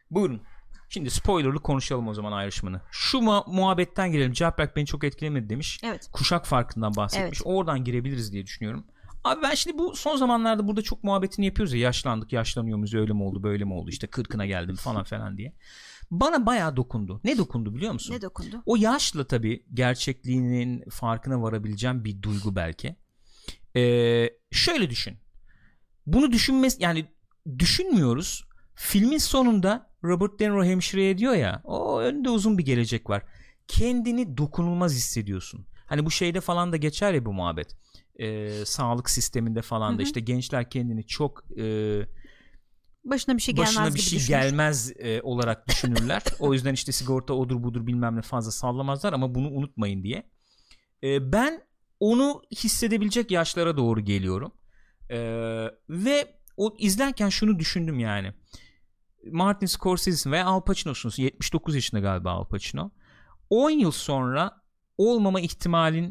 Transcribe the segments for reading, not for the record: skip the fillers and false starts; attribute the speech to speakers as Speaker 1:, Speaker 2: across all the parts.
Speaker 1: Buyurun. Şimdi spoilerlı konuşalım o zaman Irishman'ı. Şu muhabbetten girelim. Cevap beni çok etkilemedi demiş.
Speaker 2: Evet.
Speaker 1: Kuşak farkından bahsetmiş. Evet. Oradan girebiliriz diye düşünüyorum. Abi ben şimdi bu son zamanlarda burada çok muhabbetini yapıyoruz ya, yaşlandık, yaşlanıyor muyuz, öyle mi oldu, böyle mi oldu, işte 40'ına geldim falan diye. Bana bayağı dokundu. Ne dokundu biliyor musun?
Speaker 2: Ne dokundu?
Speaker 1: O yaşla tabii gerçekliğinin farkına varabileceğim bir duygu belki. Şöyle düşün. Bunu yani düşünmüyoruz. Filmin sonunda Robert De Niro hemşireye diyor ya, o önünde uzun bir gelecek var. Kendini dokunulmaz hissediyorsun. Hani bu şeyde falan da geçer ya bu muhabbet. Sağlık sisteminde falan da işte gençler kendini çok
Speaker 2: başına bir şey gelmez
Speaker 1: olarak düşünürler. O yüzden işte sigorta odur budur bilmem ne fazla sallamazlar ama bunu unutmayın diye. Ben onu hissedebilecek yaşlara doğru geliyorum. Ve o izlerken şunu düşündüm yani. Martin Scorsese'sin veya Al Pacino'sun, 79 yaşında galiba Al Pacino. 10 yıl sonra olmama ihtimalin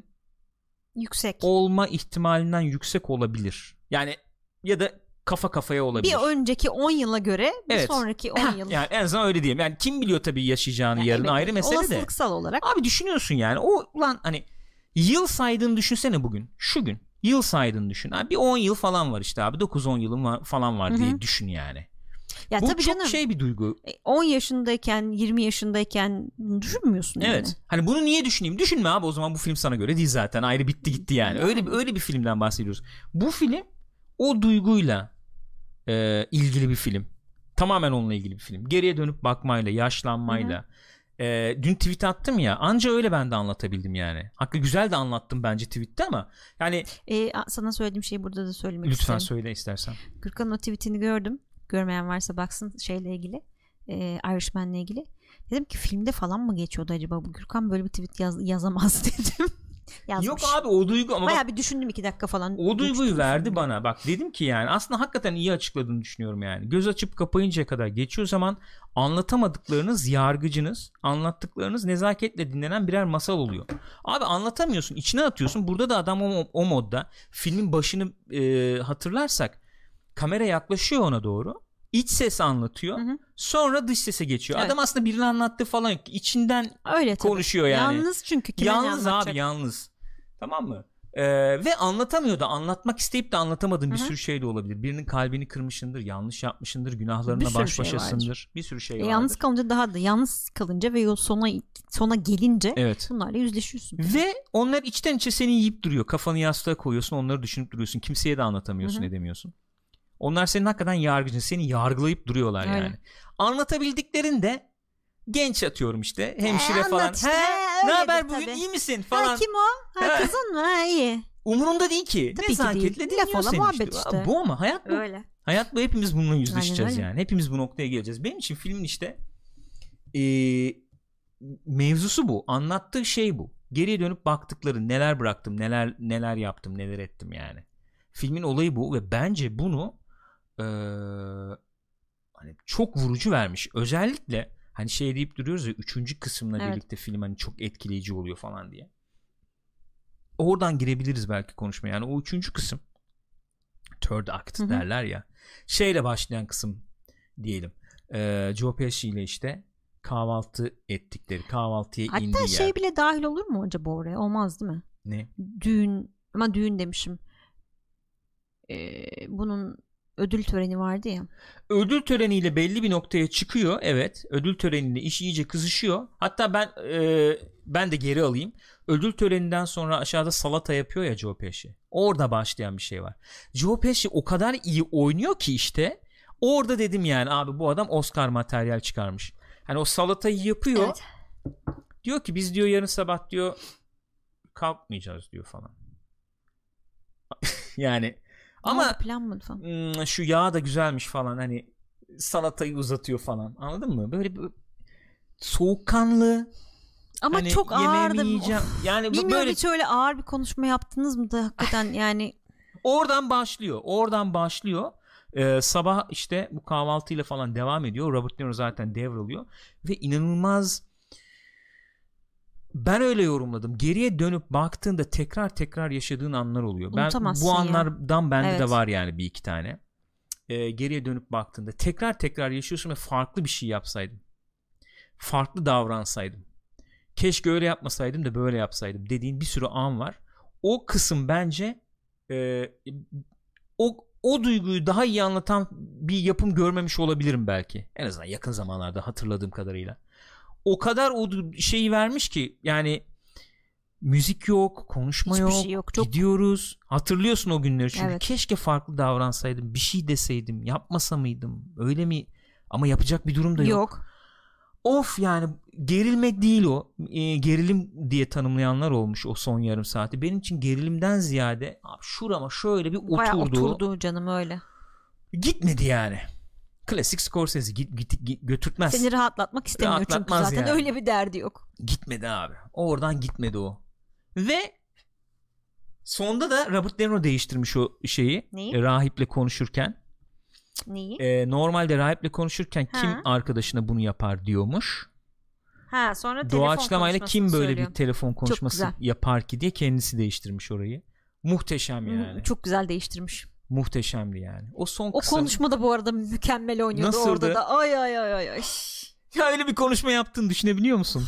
Speaker 2: yüksek.
Speaker 1: Olma ihtimalinden yüksek olabilir. Yani ya da kafa kafaya olabilir.
Speaker 2: Bir önceki 10 yıla göre bir sonraki 10 yıl.
Speaker 1: Yani en azından öyle diyeyim. Yani kim biliyor tabii yaşayacağını yarın, ayrı mesele de.
Speaker 2: Olasılıksal olarak.
Speaker 1: Abi düşünüyorsun yani. Ulan hani yıl saydığını düşünsene bugün. Şu gün yıl saydığını düşün. Abi bir 10 yıl falan var işte abi. 9-10 yılım falan var diye düşün yani.
Speaker 2: Ya
Speaker 1: bu
Speaker 2: tabii
Speaker 1: çok
Speaker 2: canım,
Speaker 1: bir duygu.
Speaker 2: 10 yaşındayken 20 yaşındayken düşünmüyorsun yani.
Speaker 1: Evet. Hani bunu niye düşüneyim? Düşünme abi, o zaman bu film sana göre değil zaten. Ayrı bitti gitti yani. Öyle bir filmden bahsediyoruz. Bu film o duyguyla ilgili bir film. Tamamen onunla ilgili bir film. Geriye dönüp bakmayla, yaşlanmayla. Dün tweet attım ya. Anca öyle ben de anlatabildim yani. Hakkı güzel de anlattım bence tweette ama yani
Speaker 2: sana söylediğim şeyi burada da söylemek
Speaker 1: lütfen
Speaker 2: isterim.
Speaker 1: Lütfen söyle istersen.
Speaker 2: Gürkan'ın o tweetini gördüm. Görmeyen varsa baksın şeyle ilgili. Irishman'le ilgili. Dedim ki filmde falan mı geçiyordu acaba? Bu Gürkan böyle bir tweet yazamaz dedim. Yazmış.
Speaker 1: Yok abi o duygu ama
Speaker 2: bayağı bir düşündüm 2 dakika falan.
Speaker 1: O duyguyu verdi bana. Bak dedim ki yani aslında hakikaten iyi açıkladığını düşünüyorum yani. Göz açıp kapayıncaya kadar geçiyor zaman anlatamadıklarınız yargıcınız, anlattıklarınız nezaketle dinlenen birer masal oluyor. Abi anlatamıyorsun, içine atıyorsun. Burada da adam o modda. Filmin başını hatırlarsak kamera yaklaşıyor ona doğru. İç ses anlatıyor. Sonra dış sese geçiyor. Evet. Adam aslında birini anlattığı falan yok. İçinden öyle konuşuyor yani.
Speaker 2: Yalnız çünkü kime
Speaker 1: yalnız abi yalnız. Tamam mı? Ve anlatamıyor da, anlatmak isteyip de anlatamadığın bir sürü şey de olabilir. Birinin kalbini kırmışsındır, yanlış yapmışsındır, günahlarına baş başasındır. Bir sürü şey vardır.
Speaker 2: Yalnız kalınca daha da yalnız kalınca ve yol sona gelince bunlarla yüzleşiyorsun.
Speaker 1: Ve onlar içten içe seni yiyip duruyor. Kafanı yastığa koyuyorsun, onları düşünüp duruyorsun. Kimseye de anlatamıyorsun, edemiyorsun. Onlar senin hakikaten yargıcın. Seni yargılayıp duruyorlar yani. Anlatabildiklerinde genç atıyorum işte. Hemşire falan.
Speaker 2: Işte,
Speaker 1: ne haber bugün, iyi misin falan.
Speaker 2: Kim o? Kızın mı? İyi.
Speaker 1: Umurunda değil ki.
Speaker 2: Tabii
Speaker 1: nezaketle dinliyor seni işte. Bu ama hayat bu.
Speaker 2: Öyle.
Speaker 1: Hayat bu, hepimiz bununla yüzleşeceğiz yani. Hepimiz bu noktaya geleceğiz. Benim için filmin işte mevzusu bu. Anlattığı şey bu. Geriye dönüp baktıkları, neler bıraktım, neler yaptım, neler ettim yani. Filmin olayı bu ve bence bunu hani çok vurucu vermiş. Özellikle hani şey deyip duruyoruz ya, 3. kısımla birlikte film hani çok etkileyici oluyor falan diye. Oradan girebiliriz belki konuşmaya. Yani o 3. kısım, third act derler ya. Şeyle başlayan kısım diyelim. Joe Pesci ile işte kahvaltı ettikleri, kahvaltıya indiği yer.
Speaker 2: Hatta şey bile dahil olur mu acaba oraya? Olmaz değil mi?
Speaker 1: Ne?
Speaker 2: Düğün demişim. Bunun ödül töreni vardı ya.
Speaker 1: Ödül töreniyle belli bir noktaya çıkıyor. Evet. Ödül töreniyle iş iyice kızışıyor. Hatta ben de geri alayım. Ödül töreninden sonra aşağıda salata yapıyor ya Joe Pesci. Orada başlayan bir şey var. Joe Pesci o kadar iyi oynuyor ki işte. Orada dedim yani abi bu adam Oscar materyal çıkarmış. Hani o salatayı yapıyor. Evet. Diyor ki biz diyor yarın sabah diyor kalkmayacağız diyor falan. Yani ama
Speaker 2: plan mı falan?
Speaker 1: Şu yağ da güzelmiş falan, hani salatayı uzatıyor falan, anladın mı? Böyle soğukkanlı
Speaker 2: ama hani çok ağırdı.
Speaker 1: Yani
Speaker 2: bilmiyorum
Speaker 1: böyle
Speaker 2: hiç öyle ağır bir konuşma yaptınız mı da hakikaten yani.
Speaker 1: Oradan başlıyor. Sabah işte bu kahvaltıyla falan devam ediyor. Robert De Niro zaten devralıyor ve inanılmaz, ben öyle yorumladım. Geriye dönüp baktığında tekrar yaşadığın anlar oluyor. Ben bu anlardan bende de var yani bir iki tane. geriye dönüp baktığında tekrar yaşıyorsun ve farklı bir şey yapsaydım. Farklı davransaydım. Keşke öyle yapmasaydım da böyle yapsaydım dediğin bir sürü an var. O kısım bence o duyguyu daha iyi anlatan bir yapım görmemiş olabilirim belki. En azından yakın zamanlarda hatırladığım kadarıyla. O kadar o şeyi vermiş ki yani müzik yok, konuşma
Speaker 2: hiçbir
Speaker 1: yok,
Speaker 2: şey yok. Çok...
Speaker 1: gidiyoruz. Hatırlıyorsun o günleri çünkü
Speaker 2: evet.
Speaker 1: Keşke farklı davransaydım, bir şey deseydim, yapmasa mıydım, öyle mi? Ama yapacak bir durum da yok. Of yani gerilme değil o. Gerilim diye tanımlayanlar olmuş o son yarım saati. Benim için gerilimden ziyade abi şurama şöyle bir oturdu.
Speaker 2: Bayağı oturdu canım öyle.
Speaker 1: Gitmedi yani. Klasik Scorsese götürtmez.
Speaker 2: Seni rahatlatmak istemiyor çünkü zaten yani. Öyle bir derdi yok.
Speaker 1: Gitmedi abi. Oradan gitmedi o. Ve sonda da Robert De Niro değiştirmiş o şeyi.
Speaker 2: Neyi?
Speaker 1: Rahiple konuşurken.
Speaker 2: Neyi?
Speaker 1: Normalde rahiple konuşurken kim arkadaşına bunu yapar diyormuş.
Speaker 2: Sonra
Speaker 1: doğaçlamayla kim böyle söylüyor. Bir telefon konuşması yapar ki diye kendisi değiştirmiş orayı. Muhteşem yani.
Speaker 2: Çok güzel değiştirmiş.
Speaker 1: Muhteşemdi yani. O son
Speaker 2: o
Speaker 1: kısım.
Speaker 2: O bu arada mükemmel oynuyordu. Nasıldı? Orada da ay.
Speaker 1: Ya öyle bir konuşma yaptığını düşünebiliyor musun?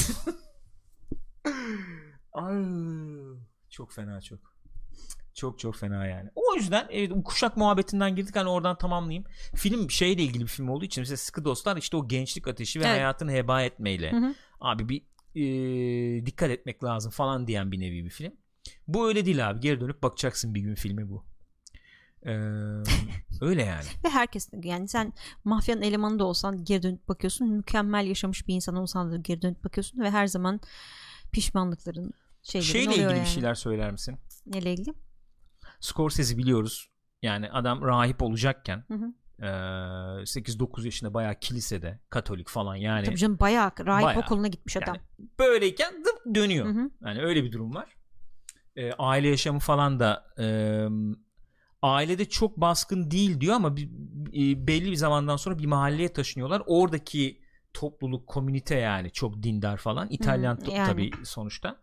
Speaker 1: Ay, çok fena çok. Çok fena yani. O yüzden kuşak muhabbetinden girdik, hani oradan tamamlayayım. Film şeyle ilgili bir film olduğu için mesela Sıkı Dostlar işte o gençlik ateşi ve hayatını heba etmeyle. Hı. Abi bir dikkat etmek lazım falan diyen bir nevi bir film. Bu öyle değil abi. Geri dönüp bakacaksın bir gün filmi bu. Öyle yani.
Speaker 2: Ve herkes yani sen mafyanın elemanı da olsan geri dönüp bakıyorsun. Mükemmel yaşamış bir insan olsan da geri dönüp bakıyorsun ve her zaman pişmanlıkların şeyle
Speaker 1: ilgili
Speaker 2: yani.
Speaker 1: Bir şeyler söyler misin?
Speaker 2: Neyle ilgili?
Speaker 1: Scorsese biliyoruz. Yani adam rahip olacakken 8-9 yaşında bayağı kilisede Katolik falan yani.
Speaker 2: Tabii canım bayağı rahip okuluna gitmiş adam.
Speaker 1: Yani böyleyken dönüyor. Yani öyle bir durum var. Aile yaşamı falan da ailede çok baskın değil diyor ama belli bir zamandan sonra bir mahalleye taşınıyorlar. Oradaki topluluk, komünite yani çok dindar falan. İtalyan yani. Tabii sonuçta.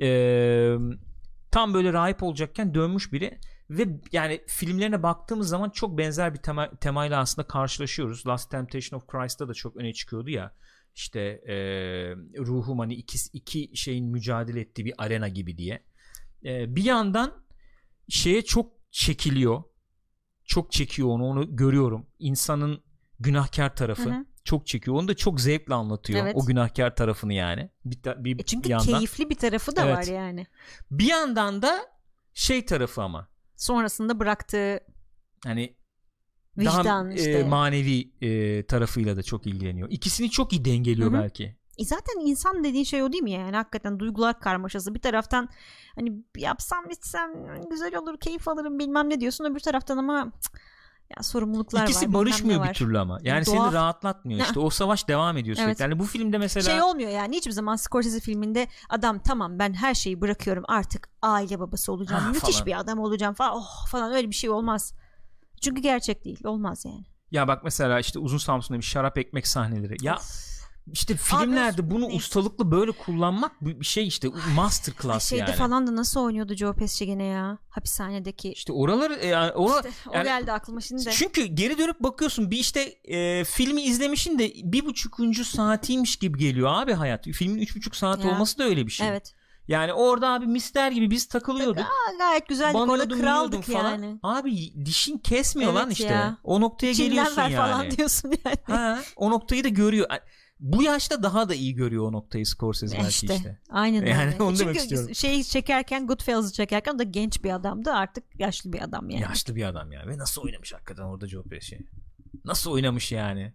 Speaker 1: Tam böyle rahip olacakken dönmüş biri ve yani filmlerine baktığımız zaman çok benzer bir temayla aslında karşılaşıyoruz. Last Temptation of Christ'ta da çok öne çıkıyordu ya. İşte ruhum hani iki şeyin mücadele ettiği bir arena gibi diye. Bir yandan şeye çok çekiliyor. Çok çekiyor onu görüyorum. İnsanın günahkar tarafı çok çekiyor. Onu da çok zevkle anlatıyor. Evet. O günahkar tarafını yani.
Speaker 2: Çünkü yandan, keyifli bir tarafı da var yani.
Speaker 1: Bir yandan da şey tarafı ama.
Speaker 2: Sonrasında bıraktığı
Speaker 1: hani
Speaker 2: vicdan
Speaker 1: daha
Speaker 2: işte.
Speaker 1: Manevi tarafıyla da çok ilgileniyor. İkisini çok iyi dengeliyor belki.
Speaker 2: Zaten insan dediğin şey o değil mi yani? Hakikaten duygular karmaşası. Bir taraftan hani yapsam etsem güzel olur, keyif alırım bilmem ne diyorsun. Öbür taraftan ama ya sorumluluklar
Speaker 1: İkisi
Speaker 2: var.
Speaker 1: Barışmıyor bir türlü ama. Yani seni rahatlatmıyor işte. O savaş devam ediyor sürekli. Evet. Yani bu filmde mesela
Speaker 2: şey olmuyor yani hiçbir zaman Scorsese filminde adam tamam ben her şeyi bırakıyorum artık aile babası olacağım. Müthiş falan. Bir adam olacağım falan. Falan öyle bir şey olmaz. Çünkü gerçek değil. Olmaz yani.
Speaker 1: Ya bak mesela işte Uzun Samsun'da bir şarap ekmek sahneleri. Ya İşte filmlerde abi, bunu ustalıklı böyle kullanmak bir şey işte masterclass
Speaker 2: şeyde
Speaker 1: yani.
Speaker 2: Şeyde falan da nasıl oynuyordu Joe Pesci gene ya hapishanedeki.
Speaker 1: İşte oraları yani
Speaker 2: o geldi aklıma şimdi de.
Speaker 1: Çünkü geri dönüp bakıyorsun bir işte filmi izlemişin de 1,5. saatiymiş gibi geliyor abi hayat. Filmin 3,5 saat olması da öyle bir şey. Evet. Yani orada abi mister gibi biz takılıyorduk.
Speaker 2: Gayet güzeldik orada kraldık falan. Yani.
Speaker 1: Abi dişin kesmiyor lan işte. Ya. O noktaya geliyorsun yani.
Speaker 2: Falan diyorsun yani.
Speaker 1: O noktayı da görüyor. Bu yaşta daha da iyi görüyor o noktayı Scorsese belki işte.
Speaker 2: Aynen öyle.
Speaker 1: Yani onu demek
Speaker 2: istiyorum. Şeyi çekerken Goodfellas'ı çekerken o da genç bir adamdı artık yaşlı bir adam yani.
Speaker 1: Yaşlı bir adam yani ve nasıl oynamış hakikaten orada Joe Pesci. Nasıl oynamış yani.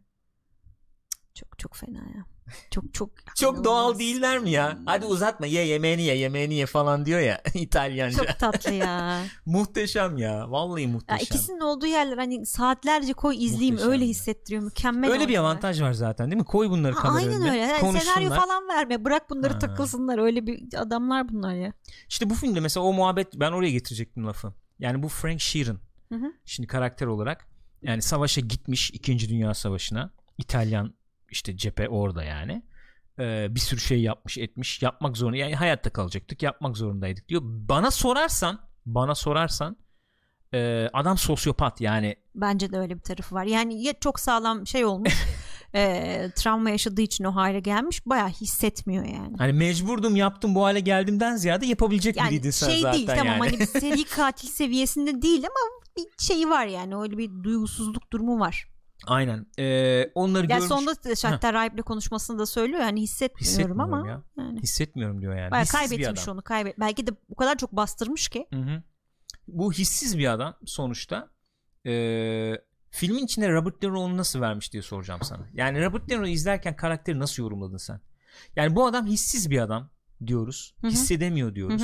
Speaker 2: Çok fena ya.
Speaker 1: Çok doğal değiller mi ya? Hadi uzatma yemeğini ye falan diyor ya İtalyanca.
Speaker 2: Çok tatlı ya.
Speaker 1: Muhteşem ya. Vallahi muhteşem.
Speaker 2: Ya ikisinin olduğu yerler hani saatlerce koy izleyeyim muhteşem öyle hissettiriyor. Mükemmel.
Speaker 1: Öyle bir avantaj var zaten değil mi? Koy bunları kamera önüne.
Speaker 2: Aynen öyle. Yani senaryo falan verme. Bırak bunları takılsınlar. Öyle bir adamlar bunlar ya.
Speaker 1: İşte bu filmde mesela o muhabbet ben oraya getirecektim lafı. Yani bu Frank Sheeran. Şimdi karakter olarak yani savaşa gitmiş 2. Dünya Savaşı'na. İtalyan işte cephe orada yani. Bir sürü şey yapmış etmiş. Yapmak zorunda. Yani hayatta kalacaktık. Yapmak zorundaydık diyor. Bana sorarsan Adam sosyopat yani.
Speaker 2: Bence de öyle bir tarafı var. Yani ya çok sağlam şey olmuş. Travma yaşadığı için o hale gelmiş. Bayağı hissetmiyor yani.
Speaker 1: Hani mecburdum yaptım bu hale geldimden ziyade yapabilecek
Speaker 2: yani
Speaker 1: biriydin sen
Speaker 2: şey
Speaker 1: zaten
Speaker 2: değil, tamam,
Speaker 1: yani.
Speaker 2: hani bir seri katil seviyesinde değil ama bir şeyi var yani. Öyle bir duygusuzluk durumu var.
Speaker 1: Aynen. Onları
Speaker 2: yani
Speaker 1: görmüş.
Speaker 2: sonunda hatta Raip'le konuşmasını da söylüyor yani hissetmiyorum ama
Speaker 1: ya.
Speaker 2: yani.
Speaker 1: Hissetmiyorum diyor yani.
Speaker 2: Bayağı
Speaker 1: hissiz
Speaker 2: kaybetmiş onu. Belki de o kadar çok bastırmış ki.
Speaker 1: Hı. Bu hissiz bir adam sonuçta. Filmin içine Robert De Niro'nu nasıl vermiş diye soracağım sana. Yani Robert De Niro'yu izlerken karakteri nasıl yorumladın sen? Yani bu adam hissiz bir adam diyoruz. Hı-hı. Hissedemiyor diyoruz.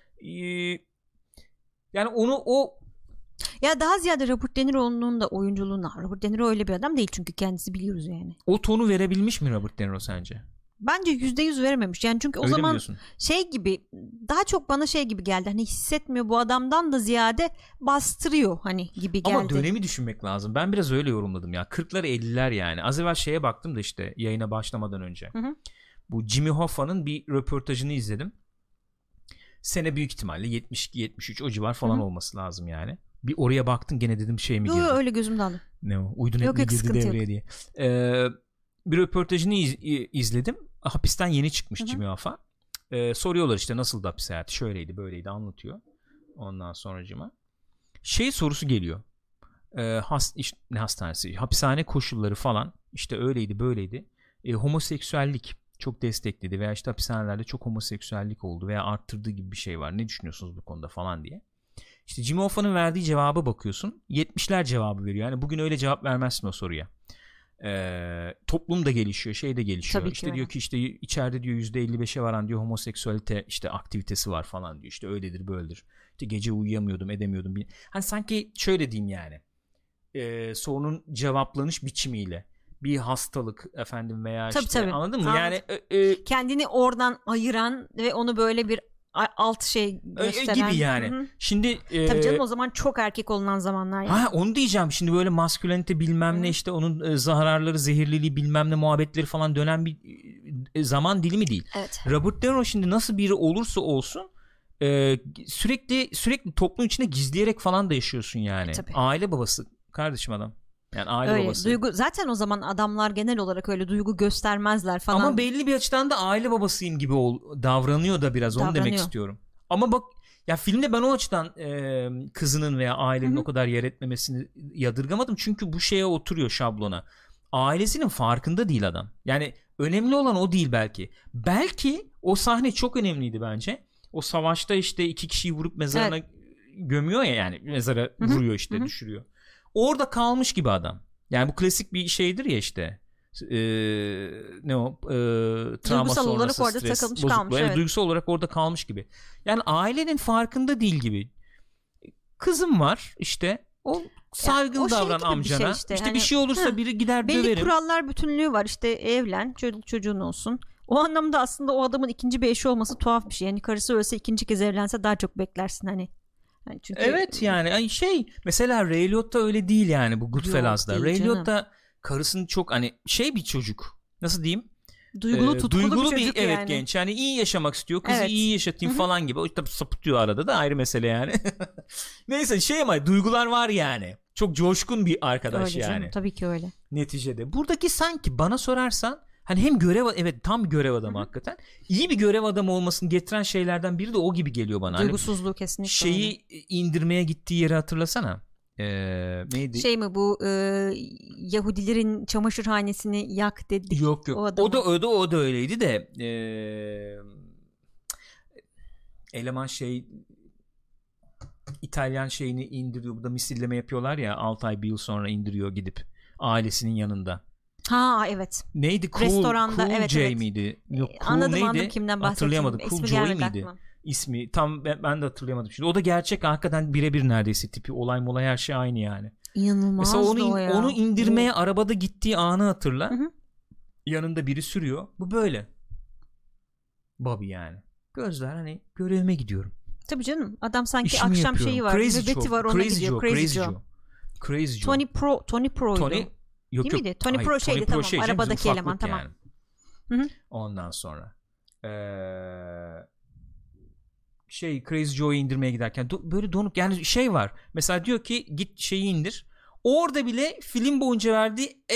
Speaker 1: Yani o
Speaker 2: ya daha ziyade Robert De Niro'nun da oyunculuğuna. Robert De Niro öyle bir adam değil çünkü kendisi biliyoruz yani.
Speaker 1: O tonu verebilmiş mi Robert De Niro sence?
Speaker 2: Bence %100 verememiş. Yani çünkü o
Speaker 1: öyle
Speaker 2: zaman şey gibi, daha çok bana şey gibi geldi. Hani hissetmiyor bu adamdan da ziyade bastırıyor hani gibi geldi.
Speaker 1: Ama dönemi düşünmek lazım. Ben biraz öyle yorumladım ya. 40'lar 50'ler yani. Az evvel şeye baktım da işte yayına başlamadan önce.
Speaker 2: Hı.
Speaker 1: Bu Jimmy Hoffa'nın bir röportajını izledim. Sene büyük ihtimalle 72-73 o civar falan olması lazım yani. Bir oraya baktın gene dedim şey mi girdi?
Speaker 2: Yok öyle gözümde aldım.
Speaker 1: Ne o? Uydun hep mi girdi devreye diye. Bir röportajını izledim. Hapisten yeni çıkmış Jimmy Hoffa. Soruyorlar işte nasıldı hapis hayatı? Şöyleydi böyleydi anlatıyor. Ondan sonracıma. Şey sorusu geliyor. İşte, ne hastanesi? Hapishane koşulları falan. İşte öyleydi böyleydi. Homoseksüellik çok destekledi veya işte hapishanelerde çok homoseksüellik oldu veya arttırdığı gibi bir şey var. Ne düşünüyorsunuz bu konuda falan diye. İşte Jimmy Hoffa'nın verdiği cevaba bakıyorsun. 70'ler cevabı veriyor. Yani bugün öyle cevap vermezsin o soruya. Toplum da gelişiyor, şey de gelişiyor. İşte öyle. Diyor ki işte içeride diyor %55'e varan diyor homoseksüelite işte aktivitesi var falan diyor. İşte öyledir böyledir. İşte gece uyuyamıyordum edemiyordum. Hani sanki şöyle diyeyim yani. Sorunun cevaplanış biçimiyle bir hastalık efendim veya
Speaker 2: tabii,
Speaker 1: işte
Speaker 2: tabii.
Speaker 1: Anladın mı?
Speaker 2: Anladım.
Speaker 1: Yani
Speaker 2: kendini oradan ayıran ve onu böyle bir alt şey gösteren
Speaker 1: gibi yani.
Speaker 2: Hı-hı.
Speaker 1: Şimdi
Speaker 2: tabii canım o zaman çok erkek olunan zamanlar yani.
Speaker 1: Ha onu diyeceğim. Şimdi böyle maskülenite bilmem ne işte onun zararları, zehirliliği bilmem ne muhabbetleri falan dönen bir zaman dilimi değil.
Speaker 2: Evet.
Speaker 1: Robert De Niro şimdi nasıl biri olursa olsun sürekli toplum içinde gizleyerek falan da yaşıyorsun yani. Aile babası kardeşim adam. Yani aile
Speaker 2: öyle,
Speaker 1: babası.
Speaker 2: Duygu, zaten o zaman adamlar genel olarak öyle duygu göstermezler falan.
Speaker 1: Ama belli bir açıdan da aile babasıyım gibi davranıyor da biraz onu demek istiyorum. Ama bak ya filmde ben o açıdan kızının veya ailenin o kadar yer etmemesini yadırgamadım. Çünkü bu şeye oturuyor şablona. Ailesinin farkında değil adam. Yani önemli olan o değil belki. Belki o sahne çok önemliydi bence. O savaşta işte 2 kişiyi vurup mezarına gömüyor ya yani mezara vuruyor işte düşürüyor. Orada kalmış gibi adam. Yani bu klasik bir şeydir ya işte. Ne o? Travma sonrası
Speaker 2: olarak orada
Speaker 1: stres
Speaker 2: takılmış
Speaker 1: bozukluğu.
Speaker 2: kalmış. Evet.
Speaker 1: Duygusal olarak orada kalmış gibi. Yani ailenin farkında değil gibi. Kızım var işte. O saygılı davran amcana. İşte hani, bir şey olursa biri gider
Speaker 2: belli
Speaker 1: döverim.
Speaker 2: Belli kurallar bütünlüğü var. İşte evlen, çocuğun olsun. O anlamda aslında o adamın ikinci bir eşi olması tuhaf bir şey. Yani karısı ölse ikinci kez evlense daha çok beklersin hani. Yani çünkü
Speaker 1: evet yani şey mesela Ray Liotta öyle değil yani bu Goodfellas'da. Ray Liotta karısını çok hani şey bir çocuk. Nasıl diyeyim?
Speaker 2: Duygulu tutkulu bir çocuk
Speaker 1: evet
Speaker 2: yani.
Speaker 1: Genç yani iyi yaşamak istiyor. Kızı iyi yaşatayım falan gibi. O tabii sapıtıyor arada da ayrı mesele yani. Neyse şey ama duygular var yani. Çok coşkun bir arkadaş
Speaker 2: öyle
Speaker 1: yani.
Speaker 2: Canım, tabii ki öyle.
Speaker 1: Neticede. Buradaki sanki bana sorarsan hani hem tam bir görev adamı hakikaten. İyi bir görev adamı olmasını getiren şeylerden biri de o gibi geliyor bana.
Speaker 2: Duygusuzluğu
Speaker 1: hani
Speaker 2: kesinlikle.
Speaker 1: Şeyi indirmeye gittiği yeri hatırlasana. Neydi?
Speaker 2: Şey mi bu Yahudilerin çamaşırhanesini yak dedi.
Speaker 1: Yok. O da öyleydi de eleman şey İtalyan şeyini indiriyor. Bu da misilleme yapıyorlar ya 6 ay bir yıl sonra indiriyor gidip ailesinin yanında.
Speaker 2: Ha evet.
Speaker 1: Neydi?
Speaker 2: Restoranda
Speaker 1: Cool J miydi? Yok,
Speaker 2: anladım kimden bahsettiğini.
Speaker 1: Hatırlayamadım. Cool Joy miydi? İsmi tam ben de hatırlayamadım. Şimdi o da gerçek hakikaten birebir neredeyse tipi. Olay molay her şey aynı yani.
Speaker 2: İnanılmaz.
Speaker 1: Mesela onu indirmeye arabada gittiği anı hatırla. Hı-hı. Yanında biri sürüyor. Bu böyle. Bobby yani. Gözler hani görevime gidiyorum.
Speaker 2: Tabii canım. Adam sanki
Speaker 1: İşimi
Speaker 2: akşam
Speaker 1: yapıyorum.
Speaker 2: şeyi var. Nöbeti var ona gidiyor.
Speaker 1: Crazy Joe.
Speaker 2: Tony Pro'ydu.
Speaker 1: Yok.
Speaker 2: Miydi? Tony Pro şeydi tamam. Arabadaki eleman tamam.
Speaker 1: Yani. Ondan sonra Crazy Joe'yu indirmeye giderken böyle donuk yani şey var. Mesela diyor ki git şeyi indir. Orada bile film boyunca verdiği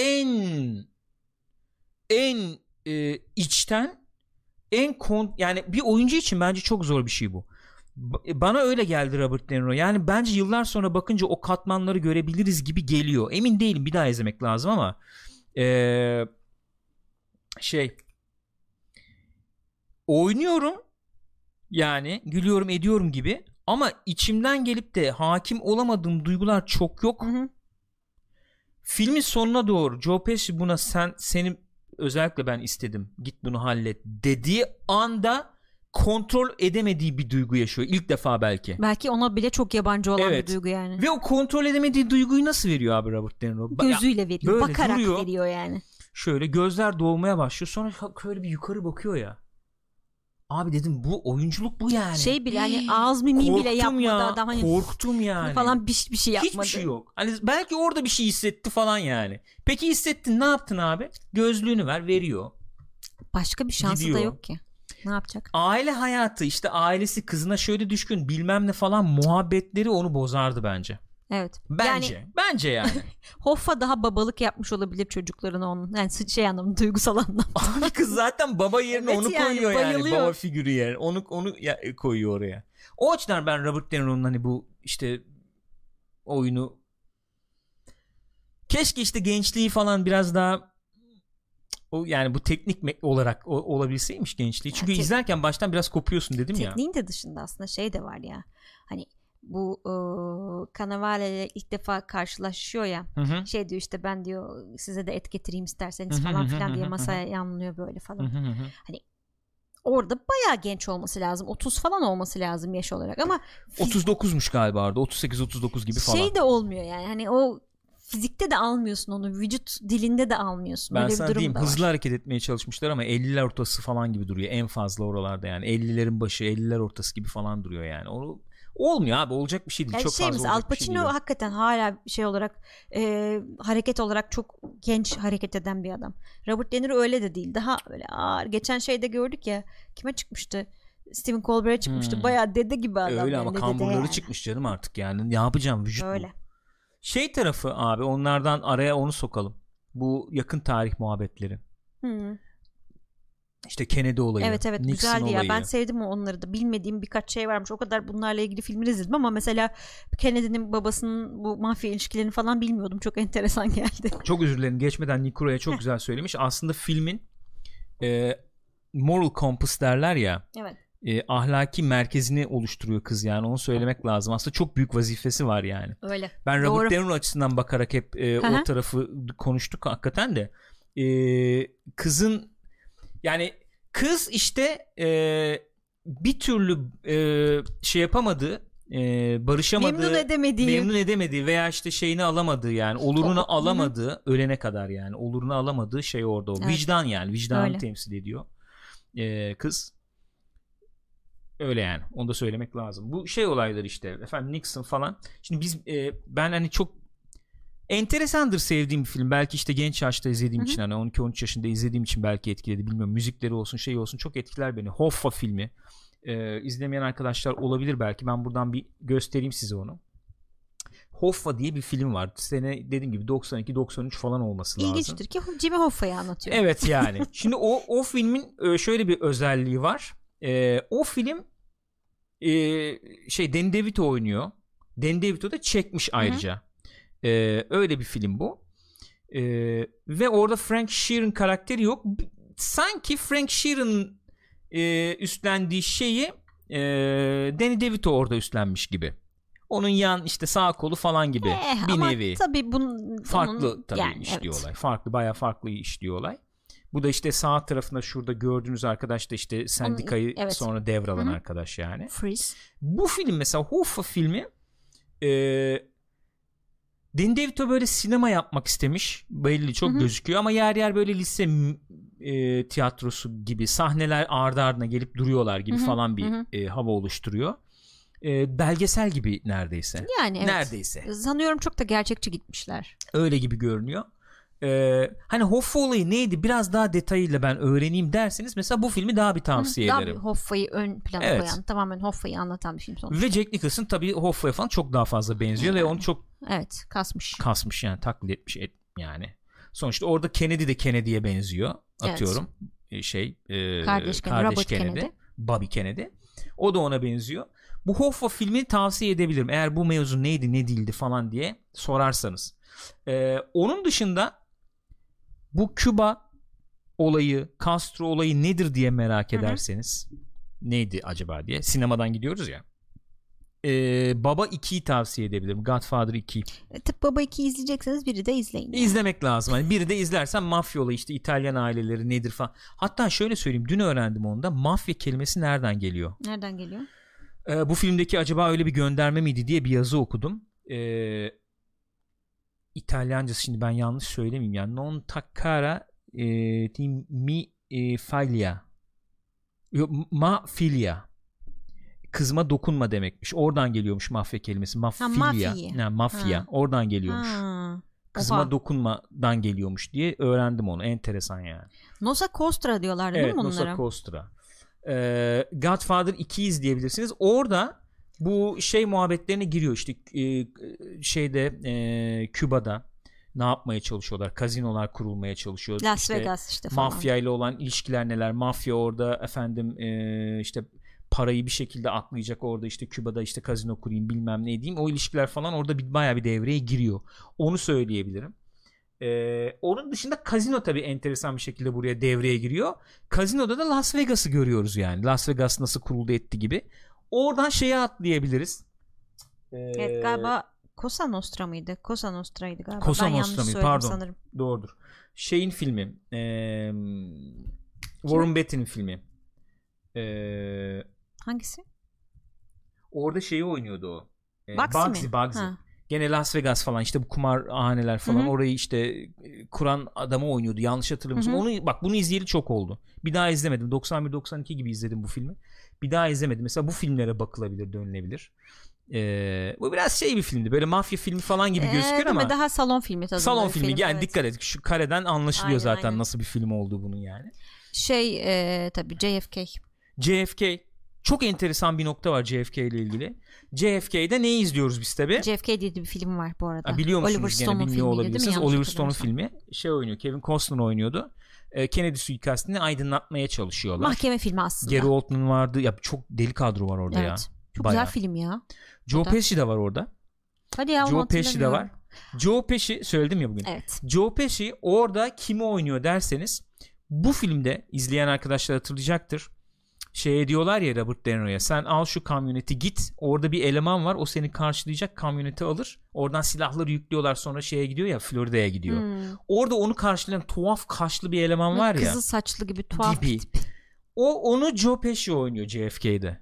Speaker 1: en içten yani bir oyuncu için bence çok zor bir şey bu. Bana öyle geldi Robert De Niro. Yani bence yıllar sonra bakınca o katmanları görebiliriz gibi geliyor. Emin değilim, bir daha izlemek lazım ama oynuyorum yani, gülüyorum ediyorum gibi ama içimden gelip de hakim olamadığım duygular çok yok.
Speaker 2: Hı.
Speaker 1: Filmin sonuna doğru Joe Pesci buna seni özellikle ben istedim, git bunu hallet dediği anda kontrol edemediği bir duygu yaşıyor ilk defa belki.
Speaker 2: Belki ona bile çok yabancı olan bir duygu yani.
Speaker 1: Ve o kontrol edemediği duyguyu nasıl veriyor abi Robert De Niro?
Speaker 2: Gözüyle veriyor, bakarak duruyor, veriyor yani.
Speaker 1: Şöyle gözler dolmaya başlıyor, sonra şöyle bir yukarı bakıyor ya. Abi dedim bu oyunculuk bu yani.
Speaker 2: Şey bile hani ağız mimiği bile yapmadı
Speaker 1: ya,
Speaker 2: adam. Hani
Speaker 1: korktum yani.
Speaker 2: Falan bir şey yapmadı.
Speaker 1: Hiçbir şey yok. Hani belki orada bir şey hissetti falan yani. Peki hissettin, ne yaptın abi? Gözlüğünü veriyor.
Speaker 2: Başka bir şansı
Speaker 1: gidiyor.
Speaker 2: Da yok ki. Ne yapacak?
Speaker 1: Aile hayatı, işte ailesi, kızına şöyle düşkün bilmem ne falan muhabbetleri onu bozardı bence.
Speaker 2: Evet.
Speaker 1: Bence yani.
Speaker 2: Hoffa daha babalık yapmış olabilir çocuklarına onun. Yani anlamda, duygusal anlamda.
Speaker 1: Abi kız zaten baba yerine onu koyuyor
Speaker 2: bayılıyor.
Speaker 1: Yani. Baba figürü yerine. Onu koyuyor oraya. O açıdan ben Robert De Niro'nun hani bu işte oyunu, keşke işte gençliği falan biraz daha yani bu teknik olarak olabilseymiş gençliği. Çünkü izlerken baştan biraz kopuyorsun dedim ya.
Speaker 2: Tekniğin de dışında aslında şey de var ya. Hani bu Cannavale ile ilk defa karşılaşıyor ya.
Speaker 1: Hı.
Speaker 2: Şey diyor işte, ben diyor size de et getireyim isterseniz falan filan diye masaya yanlıyor böyle falan. Hani orada bayağı genç olması lazım. 30 falan olması lazım yaş olarak ama
Speaker 1: 39'muş galiba orada. 38-39 gibi falan.
Speaker 2: Şey de olmuyor yani. Hani o fizikte de almıyorsun onu. Vücut dilinde de almıyorsun.
Speaker 1: Ben
Speaker 2: öyle
Speaker 1: sana
Speaker 2: bir durum
Speaker 1: diyeyim,
Speaker 2: da var.
Speaker 1: hızlı hareket etmeye çalışmışlar ama 50'ler ortası falan gibi duruyor. En fazla oralarda yani. 50'lerin başı 50'ler ortası gibi falan duruyor yani. Onu olmuyor abi, olacak bir şey değil.
Speaker 2: Yani
Speaker 1: çok fazla olacak
Speaker 2: Al
Speaker 1: bir şey değil.
Speaker 2: Pacino hakikaten hala şey olarak hareket olarak çok genç hareket eden bir adam. Robert De Niro öyle de değil. Daha öyle ağır. Geçen şeyde gördük ya, kime çıkmıştı? Stephen Colbert'e çıkmıştı. Bayağı dede gibi adam.
Speaker 1: Öyle
Speaker 2: yani,
Speaker 1: ama kamburları yani çıkmış canım artık yani. Ne yapacağım, vücut öyle. Bu. Şey tarafı abi, onlardan araya onu sokalım. Bu yakın tarih muhabbetleri. İşte Kennedy olayı.
Speaker 2: Evet
Speaker 1: Nixon
Speaker 2: güzeldi
Speaker 1: olayı.
Speaker 2: ya. Ben sevdim onları da. Bilmediğim birkaç şey varmış. O kadar bunlarla ilgili filmleri izledim ama mesela Kennedy'nin babasının bu mafya ilişkilerini falan bilmiyordum. Çok enteresan geldi.
Speaker 1: Çok özür dilerim. Geçmeden Nikura'ya çok güzel söylemiş. Aslında filmin moral compass derler ya.
Speaker 2: Evet.
Speaker 1: Ahlaki merkezini oluşturuyor kız yani, onu söylemek lazım. Aslında çok büyük vazifesi var yani.
Speaker 2: Öyle.
Speaker 1: Ben Robert De Niro açısından bakarak hep o tarafı konuştuk hakikaten de. Kızın yani kız işte bir türlü şey yapamadığı, barışamadığı, memnun edemediği veya işte şeyini alamadığı yani olurunu alamadığı, ölene kadar yani olurunu alamadığı şey orada o. Evet. Vicdan yani, vicdanı öyle temsil ediyor kız. Öyle yani, onu da söylemek lazım. Bu şey olaylar işte efendim, Nixon falan. Şimdi biz ben hani çok enteresandır sevdiğim bir film. Belki işte genç yaşta izlediğim için, hani 12-13 yaşında izlediğim için belki etkiledi. Bilmiyorum, müzikleri olsun şey olsun çok etkiler beni. Hoffa filmi. İzlemeyen arkadaşlar olabilir belki. Ben buradan bir göstereyim size onu. Hoffa diye bir film var. Sene dediğim gibi 92-93 falan olması lazım.
Speaker 2: İlginçtir ki Jimmy Hoffa'yı anlatıyor.
Speaker 1: Evet yani. Şimdi o filmin şöyle bir özelliği var. O film Danny DeVito oynuyor. Danny DeVito da çekmiş ayrıca. Öyle bir film bu. Ve orada Frank Sheeran karakteri yok. Sanki Frank Sheeran'ın üstlendiği şeyi Danny DeVito orada üstlenmiş gibi. Onun yan işte sağ kolu falan gibi bir nevi.
Speaker 2: Tabii
Speaker 1: farklı tabii yani, işliyor
Speaker 2: evet.
Speaker 1: olay. Farklı, bayağı farklı işliyor olay. Bu da işte sağ tarafında şurada gördüğünüz arkadaş da işte sendikayı sonra devralan arkadaş yani.
Speaker 2: Freeze.
Speaker 1: Bu film mesela, Hoffa filmi, Danny DeVito böyle sinema yapmak istemiş. Belli çok gözüküyor ama yer yer böyle lise tiyatrosu gibi sahneler ardı ardına gelip duruyorlar gibi falan bir hava oluşturuyor. Belgesel gibi neredeyse.
Speaker 2: Yani evet.
Speaker 1: Neredeyse.
Speaker 2: Sanıyorum çok da gerçekçi gitmişler.
Speaker 1: Öyle gibi görünüyor. Hani Hoffa olayı neydi biraz daha detayıyla ben öğreneyim derseniz mesela bu filmi daha bir tavsiye ederim.
Speaker 2: Daha Hoffa'yı ön plana koyan, tamamen Hoffa'yı anlatan bir film sonuçta.
Speaker 1: Ve Jack Nicholson tabii Hoffa'ya falan çok daha fazla benziyor ve onu çok kasmış yani, taklit etmiş yani. Sonuçta orada Kennedy de Kennedy'ye benziyor atıyorum.
Speaker 2: Kardeş
Speaker 1: Robert Kennedy, Bobby Kennedy. O da ona benziyor. Bu Hoffa filmini tavsiye edebilirim. Eğer bu mevzu neydi ne değildi falan diye sorarsanız. Onun dışında bu Küba olayı, Castro olayı nedir diye merak ederseniz, neydi acaba diye, sinemadan gidiyoruz ya. Baba 2'yi tavsiye edebilirim. Godfather 2.
Speaker 2: Tıp Baba 2'yi izleyecekseniz biri de izleyin. Yani.
Speaker 1: İzlemek lazım. Hani biri de izlersen mafya olayı, işte İtalyan aileleri nedir falan. Hatta şöyle söyleyeyim, dün öğrendim onu da, mafya kelimesi nereden geliyor?
Speaker 2: Nereden geliyor?
Speaker 1: Bu filmdeki acaba öyle bir gönderme miydi diye bir yazı okudum. İtalyancası şimdi ben yanlış söylemeyeyim yani. Non taccare mi faglia. Mafia. Kızma dokunma demekmiş. Oradan geliyormuş mafya kelimesi. Mafya. Oradan geliyormuş. Kızma dokunmadan geliyormuş diye öğrendim onu. Enteresan yani.
Speaker 2: Nosa Nostra diyorlardı değil mi onlara?
Speaker 1: Nosa Nostra. Godfather 2'yi izleyebilirsiniz. Orada bu şey muhabbetlerine giriyor işte Küba'da ne yapmaya çalışıyorlar? Kazinolar kurulmaya çalışıyor.
Speaker 2: Las Vegas işte falan.
Speaker 1: Mafya ile olan ilişkiler neler? Mafya orada efendim işte parayı bir şekilde aklayacak, orada işte Küba'da işte kazino kurayım bilmem ne diyeyim. O ilişkiler falan orada bayağı bir devreye giriyor. Onu söyleyebilirim. Onun dışında kazino tabii enteresan bir şekilde buraya devreye giriyor. Kazinoda da Las Vegas'ı görüyoruz yani. Las Vegas nasıl kuruldu etti gibi. Oradan şeye atlayabiliriz.
Speaker 2: Evet, galiba Cosa Nostra mıydı? Cosa Nostra'ydı galiba.
Speaker 1: Cosa Nostra mıydı? Pardon.
Speaker 2: Sanırım.
Speaker 1: Doğrudur. Şeyin filmi. Warren Beatty'nin filmi.
Speaker 2: Hangisi?
Speaker 1: Orada şeyi oynuyordu o.
Speaker 2: Bugsy.
Speaker 1: Gene Las Vegas falan, işte bu kumarhaneler falan, orayı işte kuran adamı oynuyordu yanlış hatırlamıyorsam. Onu bak, bunu izleyeli çok oldu. Bir daha izlemedim. 91-92 gibi izledim bu filmi. Bir daha izlemedim. Mesela bu filmlere bakılabilir, dönülebilir. Bu biraz şey bir filmdi. Böyle mafya filmi falan gibi gözüküyor ama
Speaker 2: daha salon filmi tadında.
Speaker 1: Salon filmi yani, dikkat et. Şu kareden anlaşılıyor zaten nasıl bir film olduğu bunun yani.
Speaker 2: Tabii JFK.
Speaker 1: Çok enteresan bir nokta var JFK ile ilgili. JFK'de ne izliyoruz biz tabii?
Speaker 2: JFK diye bir film var bu arada.
Speaker 1: Biliyor musunuz?
Speaker 2: Oliver Stone'un
Speaker 1: bilmiyor olabilirsiniz. Oliver Stone'un
Speaker 2: filmi.
Speaker 1: Oynuyor. Kevin Costner oynuyordu. Kennedy suikastini aydınlatmaya çalışıyorlar.
Speaker 2: Mahkeme filmi aslında.
Speaker 1: Gary Oldman vardı. Ya çok deli kadro var orada ya.
Speaker 2: Çok bayağı güzel film ya.
Speaker 1: Joe Pesci de var orada.
Speaker 2: Hadi ya,
Speaker 1: Joe Pesci de var. Joe Pesci söyledim ya bugün.
Speaker 2: Evet.
Speaker 1: Joe Pesci orada kimi oynuyor derseniz, bu filmde izleyen arkadaşlar hatırlayacaktır. Diyorlar ya Robert De Niro'ya, sen al şu kamyoneti git, orada bir eleman var, o seni karşılayacak, kamyoneti alır, oradan silahları yüklüyorlar, sonra gidiyor ya, Florida'ya gidiyor. Orada onu karşılayan tuhaf kaşlı bir eleman var ya,
Speaker 2: kızıl saçlı gibi tuhaf
Speaker 1: gibi. Onu Joe Pesci oynuyor JFK'de.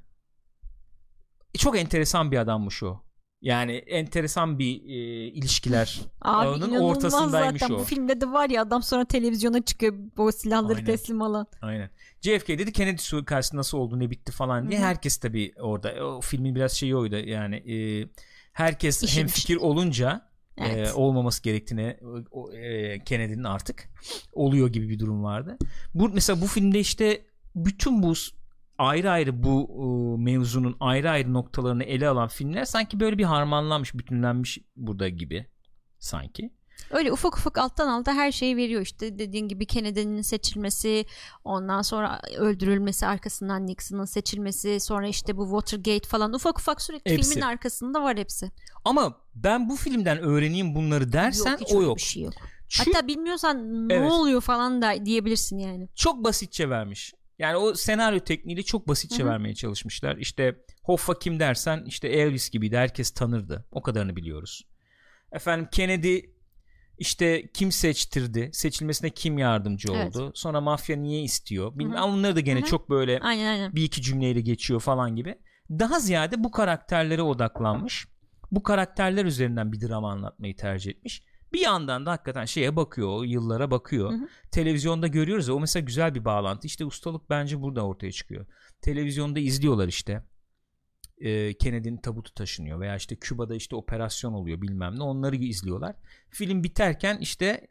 Speaker 1: Çok enteresan bir adammış o. Yani enteresan bir ilişkiler ağının ortasındaymış
Speaker 2: zaten.
Speaker 1: o.
Speaker 2: Bu filmde de var ya, adam sonra televizyona çıkıyor o silahları teslim alan.
Speaker 1: Aynen. JFK dedi, Kennedy suikastı nasıl oldu, ne bitti falan diye. Herkes tabii orada, o filmin biraz oydu yani, herkes hemfikir olunca olmaması gerektiğine, Kennedy'nin artık oluyor gibi bir durum vardı. Mesela bu filmde işte bütün bu ayrı ayrı bu mevzunun ayrı ayrı noktalarını ele alan filmler sanki böyle bir harmanlanmış, bütünlenmiş burada gibi sanki.
Speaker 2: Öyle ufak ufak alttan alta her şeyi veriyor işte, dediğin gibi Kennedy'nin seçilmesi, ondan sonra öldürülmesi, arkasından Nixon'ın seçilmesi, sonra işte bu Watergate falan, ufak ufak sürekli hepsi. Filmin arkasında var hepsi.
Speaker 1: Ama ben bu filmden öğreneyim bunları dersen o yok.
Speaker 2: Bir şey yok. Hatta bilmiyorsan ne oluyor falan da diyebilirsin yani.
Speaker 1: Çok basitçe vermiş. Yani o senaryo tekniğiyle çok basitçe vermeye çalışmışlar. İşte Hoffa kim dersen, işte Elvis gibiydi, herkes tanırdı. O kadarını biliyoruz. Efendim Kennedy işte kim seçtirdi, seçilmesine kim yardımcı oldu, sonra mafya niye istiyor bilmem, onları da gene çok böyle bir iki cümleyle geçiyor falan gibi. Daha ziyade bu karakterlere odaklanmış, bu karakterler üzerinden bir drama anlatmayı tercih etmiş. Bir yandan da hakikaten bakıyor, yıllara bakıyor. Televizyonda görüyoruz ya, o mesela güzel bir bağlantı. İşte ustalık bence burada ortaya çıkıyor. Televizyonda izliyorlar işte. Kennedy'nin tabutu taşınıyor veya işte Küba'da işte operasyon oluyor bilmem ne, onları izliyorlar. Film biterken işte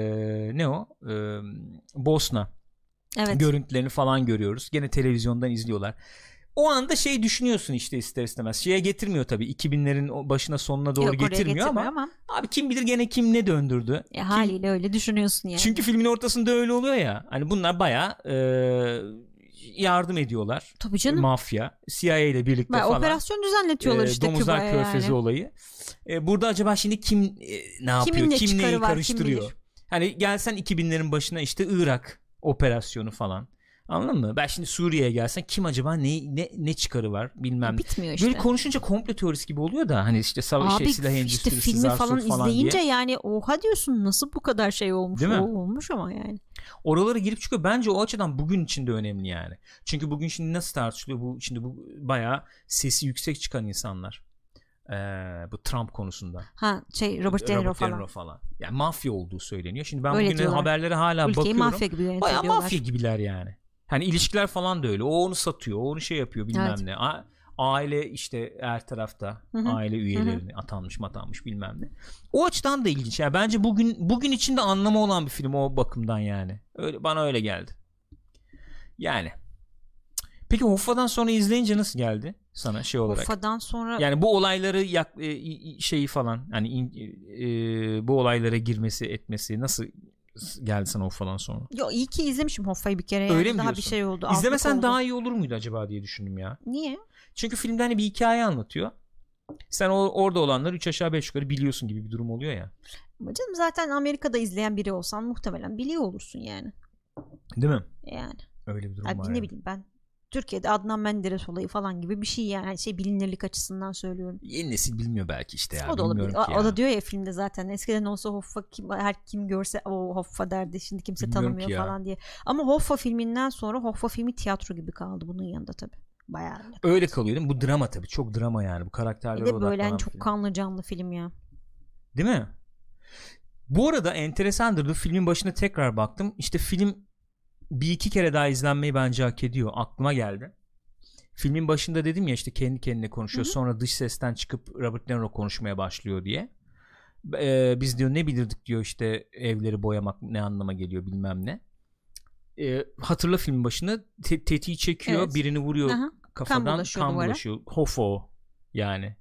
Speaker 1: Bosna görüntülerini falan görüyoruz. Gene televizyondan izliyorlar. O anda şey düşünüyorsun işte ister istemez. Şeye getirmiyor tabii. 2000'lerin başına sonuna doğru getirmiyor ama abi kim bilir gene kim ne döndürdü.
Speaker 2: Haliyle öyle düşünüyorsun yani.
Speaker 1: Çünkü filmin ortasında öyle oluyor ya. Hani bunlar bayağı yardım ediyorlar.
Speaker 2: Tabii canım.
Speaker 1: Mafya, CIA ile birlikte falan.
Speaker 2: Operasyon düzenletiyorlar işte
Speaker 1: Domuzlar
Speaker 2: Küba'ya
Speaker 1: Körfezi
Speaker 2: yani.
Speaker 1: Olayı. Burada acaba şimdi kim ne yapıyor? Kim neyi karıştırıyor? Kim hani gelsen 2000'lerin başına işte Irak operasyonu falan. Anladın mı? Ben şimdi Suriye'ye gelsen kim acaba ne çıkarı var bilmem.
Speaker 2: Bitmiyor işte.
Speaker 1: Böyle konuşunca komplo teorisi gibi oluyor da hani işte silah endüstrisi
Speaker 2: işte filmi falan izleyince
Speaker 1: diye.
Speaker 2: yani oha diyorsun nasıl bu kadar şey olmuş.
Speaker 1: Değil mi?
Speaker 2: Olmuş ama yani.
Speaker 1: Oralara girip çıkıyor. Bence o açıdan bugün için de önemli yani. Çünkü bugün şimdi nasıl tartışılıyor? Bu bayağı sesi yüksek çıkan insanlar. Bu Trump konusunda.
Speaker 2: Robert De Niro falan.
Speaker 1: Yani mafya olduğu söyleniyor. Şimdi ben
Speaker 2: öyle
Speaker 1: bugün
Speaker 2: diyorlar.
Speaker 1: Haberlere hala
Speaker 2: ülkeyi
Speaker 1: bakıyorum.
Speaker 2: Mafya gibi
Speaker 1: bayağı mafya gibiler yani. Hani ilişkiler falan da öyle. O onu satıyor. O onu şey yapıyor bilmem ne. Aile işte her tarafta. Aile üyelerini atanmış bilmem ne. O açıdan da ilginç. Yani bence bugün için de anlamı olan bir film o bakımdan yani. Bana öyle geldi. Yani. Peki Hoffa'dan sonra izleyince nasıl geldi sana şey olarak?
Speaker 2: Hoffa'dan sonra
Speaker 1: yani bu olayları şeyi falan hani bu olaylara girmesi etmesi nasıl geldi sana Hoffa'dan sonra?
Speaker 2: İyi ki izlemişim Hoffa'yı bir kere. Yani.
Speaker 1: Öyle mi
Speaker 2: daha
Speaker 1: diyorsun?
Speaker 2: Bir şey oldu.
Speaker 1: İzlemesen daha iyi olur muydu acaba diye düşündüm ya.
Speaker 2: Niye?
Speaker 1: Çünkü filmde hani bir hikaye anlatıyor. Sen orada olanları 3 aşağı 5 yukarı biliyorsun gibi bir durum oluyor ya.
Speaker 2: Ama canım zaten Amerika'da izleyen biri olsan muhtemelen biliyor olursun yani.
Speaker 1: Değil mi?
Speaker 2: Yani.
Speaker 1: Öyle bir durum var.
Speaker 2: Ne bileyim ben. Türkiye'de Adnan Menderes olayı falan gibi bir şey yani. Bilinirlik açısından söylüyorum.
Speaker 1: Yeni nesil bilmiyor belki işte ya.
Speaker 2: O da olabilir. O da diyor ya filmde zaten. Eskiden olsa Hoffa kim görse o Hoffa derdi. Şimdi kimse
Speaker 1: bilmiyorum
Speaker 2: tanımıyor falan diye. Ama Hoffa filminden sonra Hoffa filmi tiyatro gibi kaldı bunun yanında tabii. Bayağı
Speaker 1: öyle kalıyor değil mi? Bu drama tabii. Çok drama yani. Bu karakterlere odaklanan
Speaker 2: böyle
Speaker 1: film.
Speaker 2: çok kanlı canlı film ya.
Speaker 1: Değil mi? Bu arada enteresandır. Bu filmin başına tekrar baktım. İşte film bir iki kere daha izlenmeyi bence hak ediyor. Aklıma geldi. Filmin başında dedim ya işte kendi kendine konuşuyor. Sonra dış sesten çıkıp Robert De Niro konuşmaya başlıyor diye. Biz diyor ne bilirdik diyor işte evleri boyamak ne anlama geliyor bilmem ne. Hatırla filmin başında tetiği çekiyor. Evet. Birini vuruyor kafadan kan bulaşıyor. Hofo yani.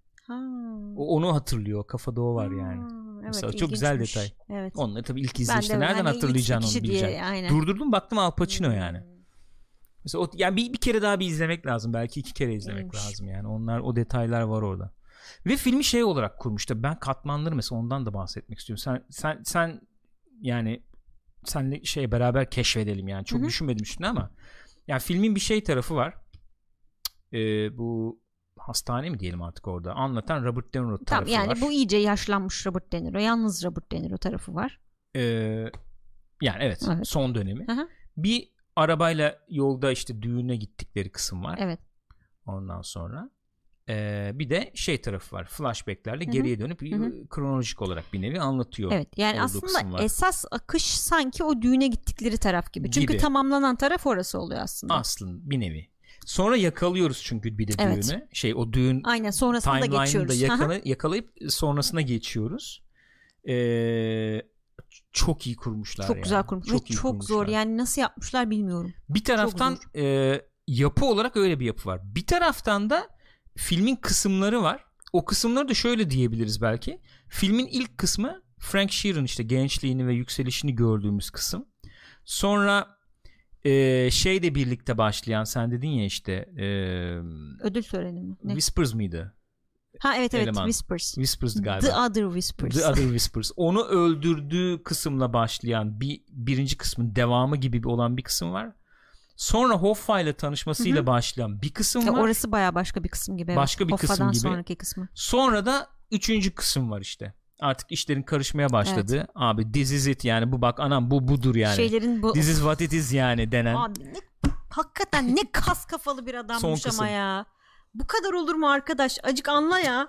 Speaker 1: Onu hatırlıyor. Kafada o var yani. Evet, mesela çok güzel detay. Evet. Onları tabii ilk izleyişte nereden hatırlayacaksın onu bileceksin. Durdurdum baktım Al Pacino yani. Mesela yani bir kere daha bir izlemek lazım. Belki 2 kere izlemek lazım yani. O detaylar var orada. Ve filmi şey olarak kurmuştu. Ben katmanları mesela ondan da bahsetmek istiyorum. Sen yani senle beraber keşfedelim yani. Çok düşünmedim üstüne ama yani filmin bir şey tarafı var. Bu hastane mi diyelim artık orada anlatan Robert De Niro tarafı var.
Speaker 2: Yani bu iyice yaşlanmış Robert De Niro. Yalnız Robert De Niro tarafı var.
Speaker 1: Yani evet. Son dönemi. Bir arabayla yolda işte düğüne gittikleri kısım var.
Speaker 2: Evet.
Speaker 1: Ondan sonra bir de şey tarafı var. Flashback'lerle geriye dönüp kronolojik olarak bir nevi anlatıyor.
Speaker 2: Evet. Yani aslında esas akış sanki o düğüne gittikleri taraf gibi. Çünkü tamamlanan taraf orası oluyor aslında.
Speaker 1: Aslında bir nevi. Sonra yakalıyoruz çünkü bir de düğünü. O düğün
Speaker 2: aynen sonrasında da geçiyoruz.
Speaker 1: Yakalayıp sonrasına geçiyoruz. Çok iyi kurmuşlar.
Speaker 2: Çok güzel kurmuşlar. Çok zor yani nasıl yapmışlar bilmiyorum.
Speaker 1: Bir taraftan yapı olarak öyle bir yapı var. Bir taraftan da filmin kısımları var. O kısımları da şöyle diyebiliriz belki. Filmin ilk kısmı Frank Sheeran işte gençliğini ve yükselişini gördüğümüz kısım. Sonra şeyle birlikte başlayan sen dedin ya işte
Speaker 2: ödül töreni mi? Ne?
Speaker 1: Whispers mıydı?
Speaker 2: Evet
Speaker 1: Whispers'dı galiba.
Speaker 2: The Other
Speaker 1: Whispers. Onu öldürdüğü kısımla başlayan birinci kısmın devamı gibi olan bir kısım var. Sonra Hoffa ile tanışmasıyla başlayan bir kısım var.
Speaker 2: Orası bayağı başka bir kısım gibi.
Speaker 1: Başka bir kısım gibi.
Speaker 2: Sonraki kısmı.
Speaker 1: Sonra da 3. kısım var işte. Artık işlerin karışmaya başladı. Evet. Abi this is it yani bu bak anam bu budur yani. This is what it is yani denen.
Speaker 2: Abi hakikaten ne kas kafalı bir adammış ama ya. Bu kadar olur mu arkadaş? Acık anla ya.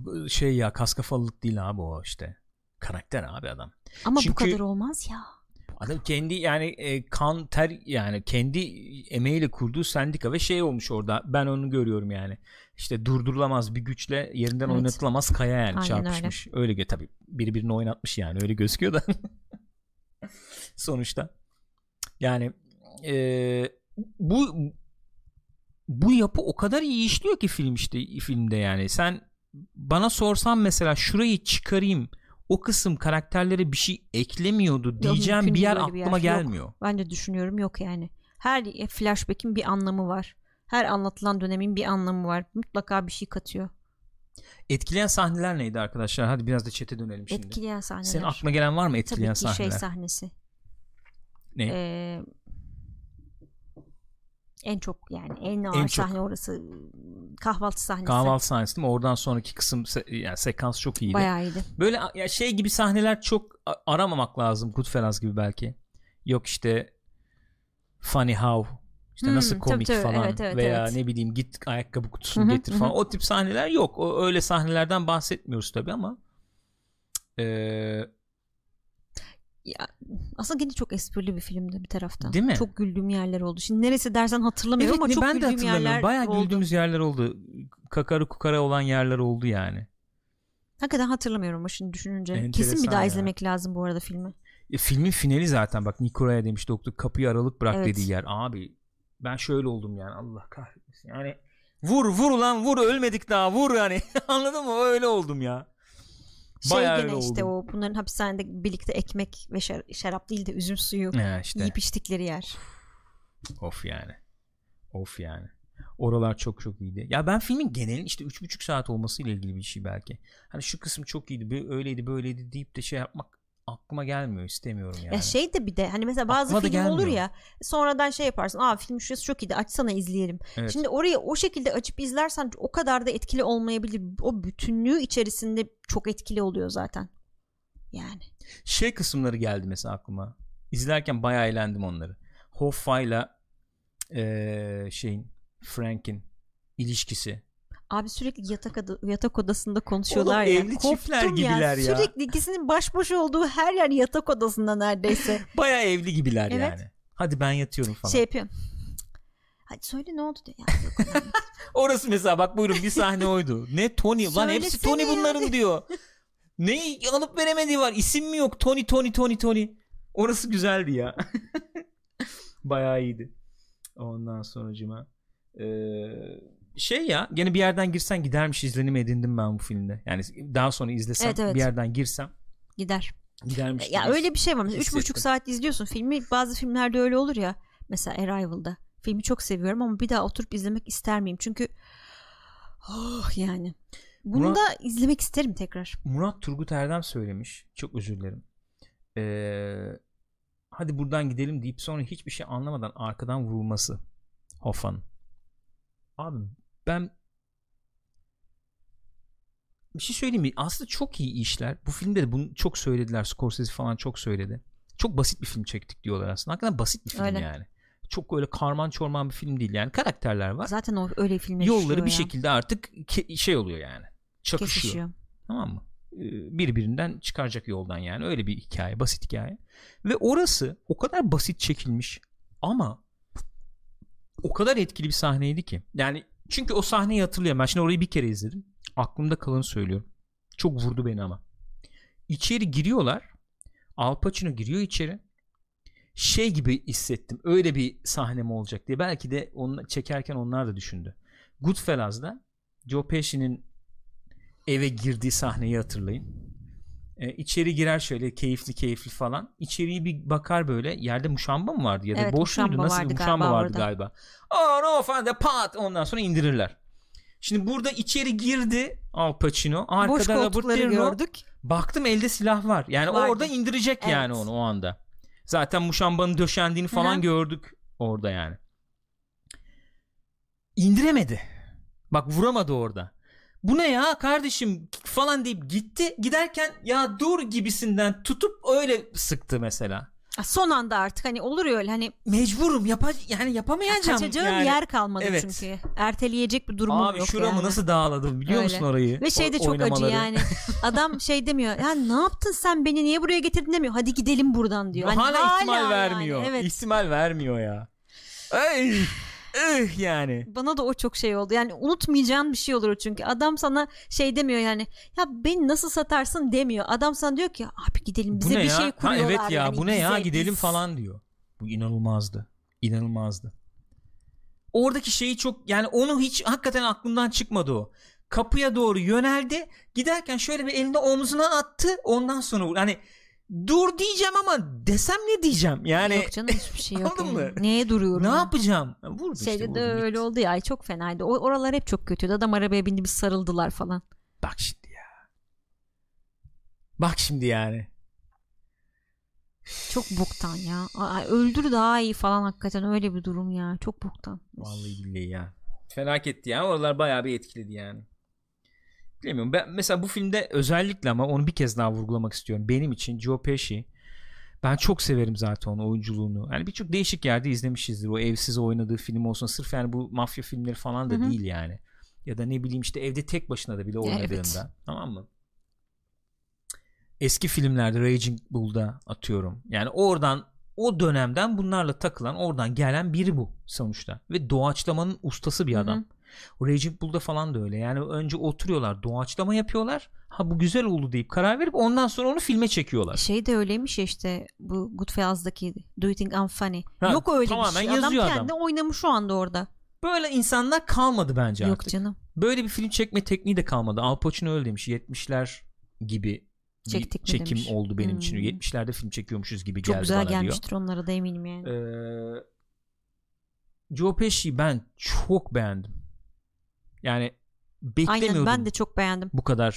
Speaker 1: Kas kafalılık değil abi o işte. Karakter abi adam.
Speaker 2: Ama çünkü bu kadar olmaz ya.
Speaker 1: Adam kendi yani kan ter yani kendi emeğiyle kurduğu sendika ve şey olmuş orada. Ben onu görüyorum yani. İşte durdurulamaz bir güçle yerinden oynatılamaz kaya yani. Aynen çarpışmış. Öyle tabii birbirini oynatmış yani. Öyle gözüküyor da. Sonuçta. Yani bu yapı o kadar iyi işliyor ki filmde yani. Sen bana sorsan mesela şurayı çıkarayım, o kısım karakterlere bir şey eklemiyordu diyeceğim bir yer aklıma gelmiyor.
Speaker 2: Yok. Ben de düşünüyorum, yok yani. Her flashback'in bir anlamı var. Her anlatılan dönemin bir anlamı var. Mutlaka bir şey katıyor.
Speaker 1: Etkileyen sahneler neydi arkadaşlar? Hadi biraz da chat'e dönelim şimdi.
Speaker 2: Etkileyen sahneler.
Speaker 1: Senin aklına gelen var mı etkileyen sahneler?
Speaker 2: Tabii ki sahnesi.
Speaker 1: Ne?
Speaker 2: En çok yani en ağır sahne orası, kahvaltı sahnesi.
Speaker 1: Kahvaltı sahnesi değil mi? Oradan sonraki kısım yani sekans çok iyiydi.
Speaker 2: Bayağı iyiydi.
Speaker 1: Böyle ya şey gibi sahneler çok aramamak lazım. Goodfellas gibi belki. Yok işte Funny How, işte nasıl komik tabii, falan evet, veya ne bileyim git ayakkabı kutusunu getir falan. O tip sahneler yok. Öyle sahnelerden bahsetmiyoruz tabii ama
Speaker 2: ya, aslında yine çok esprili bir filmdi bir taraftan.
Speaker 1: Değil mi?
Speaker 2: Çok güldüğüm yerler oldu. Şimdi neresi dersen hatırlamıyorum ama çok güldüğüm yerler
Speaker 1: bayağı oldu. Güldüğümüz yerler oldu. Kakarı kukara olan yerler oldu yani.
Speaker 2: Hakikaten hatırlamıyorum ama şimdi düşününce. Enteresan. Kesin bir daha izlemek lazım bu arada filmi.
Speaker 1: Filmin finali zaten bak Nikora'ya demiş doktor, kapıyı aralık bırak dediği yer. Abi ben şöyle oldum yani, Allah kahretmesin. Yani vur ulan vur, ölmedik daha vur yani. Anladın mı? Öyle oldum ya.
Speaker 2: Bayağı gene işte o bunların hapishanede birlikte ekmek ve şarap değil de üzüm suyu işte yiyip içtikleri yer.
Speaker 1: Of yani. Oralar çok çok iyiydi. Ya ben filmin genelin işte 3,5 saat olmasıyla ilgili bir şey belki. Hani şu kısım çok iyiydi, öyleydi böyleydi deyip de şey yapmak aklıma gelmiyor, istemiyorum yani.
Speaker 2: Ya şey de bir de hani mesela bazı film olur ya, sonradan şey yaparsın, film şurası çok iyiydi, açsana izleyelim. Evet. Şimdi orayı o şekilde açıp izlersen o kadar da etkili olmayabilir. O bütünlüğü içerisinde çok etkili oluyor zaten. Yani.
Speaker 1: Şey kısımları geldi mesela aklıma. İzlerken bayağı eğlendim onları. Hoffa'yla Frank'in ilişkisi.
Speaker 2: Abi sürekli yatak odasında konuşuyorlar.
Speaker 1: Oğlum, ya. Evli çiftler gibiler ya.
Speaker 2: Sürekli ikisinin baş başa olduğu her yer yatak odasında neredeyse.
Speaker 1: Bayağı evli gibiler evet. Yani. Hadi ben yatıyorum falan.
Speaker 2: Şey yapıyorum. Hadi söyle ne oldu diyor.
Speaker 1: Orası mesela bak buyurun bir sahne oydu. Ne Tony lan, hepsi Tony yani. Bunların diyor. Ne alıp veremediği var. İsim mi yok? Tony. Orası güzeldi ya. Bayağı iyiydi. Ondan sonracıma ya gene bir yerden girsen gidermiş izlenimi edindim ben bu filmde. Yani daha sonra izlesem evet. Bir yerden girsem gidermiş.
Speaker 2: Ya öyle bir şey var. 3,5 saat izliyorsun filmi. Bazı filmlerde öyle olur ya. Mesela Arrival'da. Filmi çok seviyorum ama bir daha oturup izlemek ister miyim? Çünkü yani bunu da izlemek isterim tekrar.
Speaker 1: Murat Turgut Erdem söylemiş. Çok özür dilerim. Hadi buradan gidelim deyip sonra hiçbir şey anlamadan arkadan vurulması Hoffa'nın. Abi ben bir şey söyleyeyim mi? Aslında çok iyi işler. Bu filmde de bunu çok söylediler. Scorsese falan çok söyledi. Çok basit bir film çektik diyorlar aslında. Hakikaten basit bir film öyle. Yani. Çok öyle karman çorman bir film değil yani. Karakterler var.
Speaker 2: Zaten o öyle filmler
Speaker 1: yolları bir şekilde artık şey oluyor yani. Çakışıyor. Kesişiyor. Tamam mı? Birbirinden çıkaracak yoldan yani. Öyle bir hikaye. Basit hikaye. Ve orası o kadar basit çekilmiş ama o kadar etkili bir sahneydi ki. Yani çünkü o sahneyi hatırlıyorum. Ben şimdi orayı bir kere izledim. Aklımda kalanı söylüyorum. Çok vurdu beni ama. İçeri giriyorlar. Al Pacino giriyor içeri. Şey gibi hissettim. Öyle bir sahne mi olacak diye. Belki de onu çekerken onlar da düşündü. Goodfellas'da Joe Pesci'nin eve girdiği sahneyi hatırlayın. İçeri girer şöyle keyifli falan. İçeriye bir bakar böyle. Yerde muşamba mı vardı ya da evet, boş muydu? Nasıl bir muşamba vardı galiba. No falan da pat ondan sonra indirirler. Şimdi burada içeri girdi Al Pacino. Arkada Robert De Niro gördük. Baktım elde silah var. Yani vardı. Orada indirecek evet. Yani onu o anda. Zaten muşambanın döşendiğini falan gördük orada yani. İndiremedi. Bak vuramadı orada. Bu ne ya kardeşim falan deyip gitti. Giderken ya dur gibisinden tutup öyle sıktı mesela.
Speaker 2: Son anda artık hani olur ya öyle hani
Speaker 1: mecburum yani yapamayacağım.
Speaker 2: Kaçacağım
Speaker 1: yani.
Speaker 2: yer kalmadı
Speaker 1: Evet.
Speaker 2: çünkü. Erteleyecek bir durumum
Speaker 1: abi,
Speaker 2: yok
Speaker 1: şuramı
Speaker 2: yani.
Speaker 1: nasıl dağladım biliyor
Speaker 2: Öyle.
Speaker 1: musun orayı?
Speaker 2: Ve şey de çok acı yani. Adam şey demiyor. Ya ne yaptın sen, beni niye buraya getirdin demiyor. Hadi gidelim buradan diyor.
Speaker 1: Hala ihtimal vermiyor.
Speaker 2: Yani. Evet.
Speaker 1: İhtimal vermiyor ya. Ay. Yani.
Speaker 2: Bana da o çok şey oldu. Yani unutmayacağın bir şey olur çünkü. Adam sana şey demiyor yani. Ya beni nasıl satarsın demiyor. Adam sana diyor ki abi gidelim bize bir şey kuruyorlar.
Speaker 1: Evet ya
Speaker 2: yani
Speaker 1: bu ne ya gidelim
Speaker 2: biz...
Speaker 1: falan diyor. Bu inanılmazdı. İnanılmazdı. Oradaki şeyi çok yani onu hiç hakikaten aklımdan çıkmadı o. Kapıya doğru yöneldi. Giderken şöyle bir elini omzuna attı. Ondan sonra hani dur diyeceğim ama desem ne diyeceğim? Yani
Speaker 2: yok canım hiçbir şey yok.
Speaker 1: Anladın
Speaker 2: Yani.
Speaker 1: mı?
Speaker 2: Ne duruyorum?
Speaker 1: Ne
Speaker 2: ya?
Speaker 1: yapacağım? Vurdu
Speaker 2: Şeyde
Speaker 1: işte,
Speaker 2: de öyle
Speaker 1: gitti.
Speaker 2: oldu ya. Ay çok fenaydı. Oralar hep çok kötüydü. Adam arabaya bindi, biz sarıldılar falan.
Speaker 1: Bak şimdi ya. Bak şimdi yani.
Speaker 2: Çok boktan ya. Ay, öldür daha iyi falan, hakikaten öyle bir durum ya. Çok boktan.
Speaker 1: Vallahi billahi ya. Felaketti ya. Oralar bayağı bir etkiledi yani. Bilmiyorum. Ben mesela bu filmde özellikle ama onu bir kez daha vurgulamak istiyorum. Benim için Joe Pesci, ben çok severim zaten onun oyunculuğunu. Yani birçok değişik yerde izlemişizdir. O evsiz oynadığı film olsun. Sırf yani bu mafya filmleri falan da değil yani. Ya da ne bileyim işte evde tek başına da bile oynadığında. Evet. Tamam mı? Eski filmlerde Raging Bull'da atıyorum. Yani oradan, o dönemden bunlarla takılan, oradan gelen biri bu sonuçta. Ve doğaçlamanın ustası bir adam. O Raging Bull'da falan da öyle. Yani önce oturuyorlar, doğaçlama yapıyorlar. Ha bu güzel oldu deyip karar verip ondan sonra onu filme çekiyorlar.
Speaker 2: Şey de öyleymiş ya işte bu Goodfellas'daki Do You Think I'm Funny.
Speaker 1: Ha,
Speaker 2: yok öyle bir şey.
Speaker 1: Adam
Speaker 2: kendi oynamış şu anda orada.
Speaker 1: Böyle insanlar kalmadı bence
Speaker 2: yok
Speaker 1: artık.
Speaker 2: Canım.
Speaker 1: Böyle bir film çekme tekniği de kalmadı. Al Pacino öyle demiş. 70'ler gibi
Speaker 2: çektik
Speaker 1: çekim
Speaker 2: demiş.
Speaker 1: oldu benim için. 70'lerde film çekiyormuşuz gibi
Speaker 2: çok
Speaker 1: geldi
Speaker 2: güzel
Speaker 1: bana
Speaker 2: gelmiştir
Speaker 1: diyor.
Speaker 2: onlara da eminim yani.
Speaker 1: Joe Pesci'yi ben çok beğendim. Yani beklemiyordum.
Speaker 2: Aynen, ben de çok beğendim.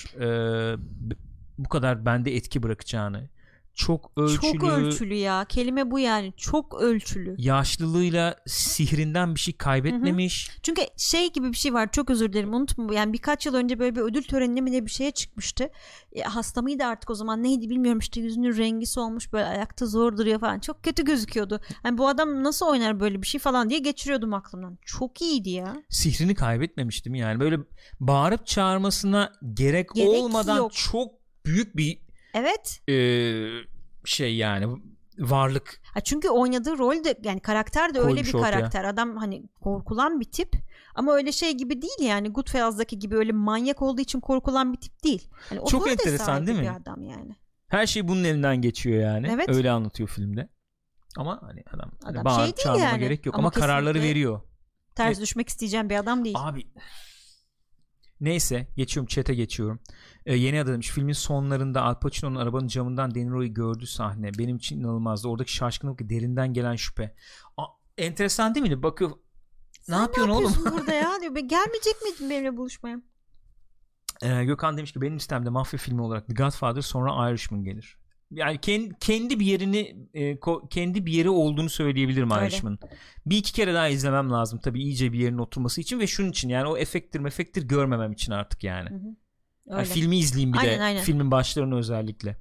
Speaker 1: Bu kadar bende etki bırakacağını. Çok ölçülü.
Speaker 2: Çok ölçülü ya. Kelime bu yani. Çok ölçülü.
Speaker 1: Yaşlılığıyla sihrinden bir şey kaybetmemiş.
Speaker 2: Çünkü şey gibi bir şey var. Çok özür dilerim. Unutma. Yani birkaç yıl önce böyle bir ödül töreninde mi ne bir şeye çıkmıştı. Hasta mıydı artık o zaman? Neydi bilmiyorum işte. Yüzünün rengi solmuş. Böyle ayakta zor duruyor falan. Çok kötü gözüküyordu. Yani bu adam nasıl oynar böyle bir şey falan diye geçiriyordum aklımdan. Çok iyiydi ya.
Speaker 1: Sihrini kaybetmemiştim yani. Böyle bağırıp çağırmasına gerek olmadan yok. Çok büyük bir
Speaker 2: evet.
Speaker 1: Şey yani varlık.
Speaker 2: Çünkü oynadığı rol de yani karakter de öyle bir karakter. Adam hani korkulan bir tip ama öyle şey gibi değil yani. Goodfellas'daki gibi öyle manyak olduğu için korkulan bir tip değil. Yani
Speaker 1: çok enteresan değil mi?
Speaker 2: Bir adam yani.
Speaker 1: Her şey bunun elinden geçiyor yani.
Speaker 2: Evet.
Speaker 1: Öyle anlatıyor filmde. Ama hani adam bağırıp
Speaker 2: şey
Speaker 1: çağırmama
Speaker 2: yani.
Speaker 1: gerek yok ama kararları veriyor.
Speaker 2: Ters düşmek isteyeceğim bir adam değil.
Speaker 1: Abi neyse geçiyorum, chat'e geçiyorum. Yeni adı demiş, filmin sonlarında Al Pacino'nun arabanın camından De Niro'yu gördüğü sahne benim için inanılmazdı. Oradaki şaşkınlık, derinden gelen şüphe. Enteresan değil mi? Bakıyor. Ne yapıyorsun oğlum?
Speaker 2: burada ya? Diyor. Gelmeyecek miydin benimle buluşmaya?
Speaker 1: Gökhan demiş ki benim listemde mafya filmi olarak The Godfather, sonra Irishman gelir. Yani kendi bir yerini kendi bir yeri olduğunu söyleyebilirim Irishman. Bir iki kere daha izlemem lazım tabii iyice bir yerine oturması için ve şunun için yani o efektir görmemem için artık yani. Yani filmi izleyeyim bir de. Aynen. Filmin başlarını özellikle.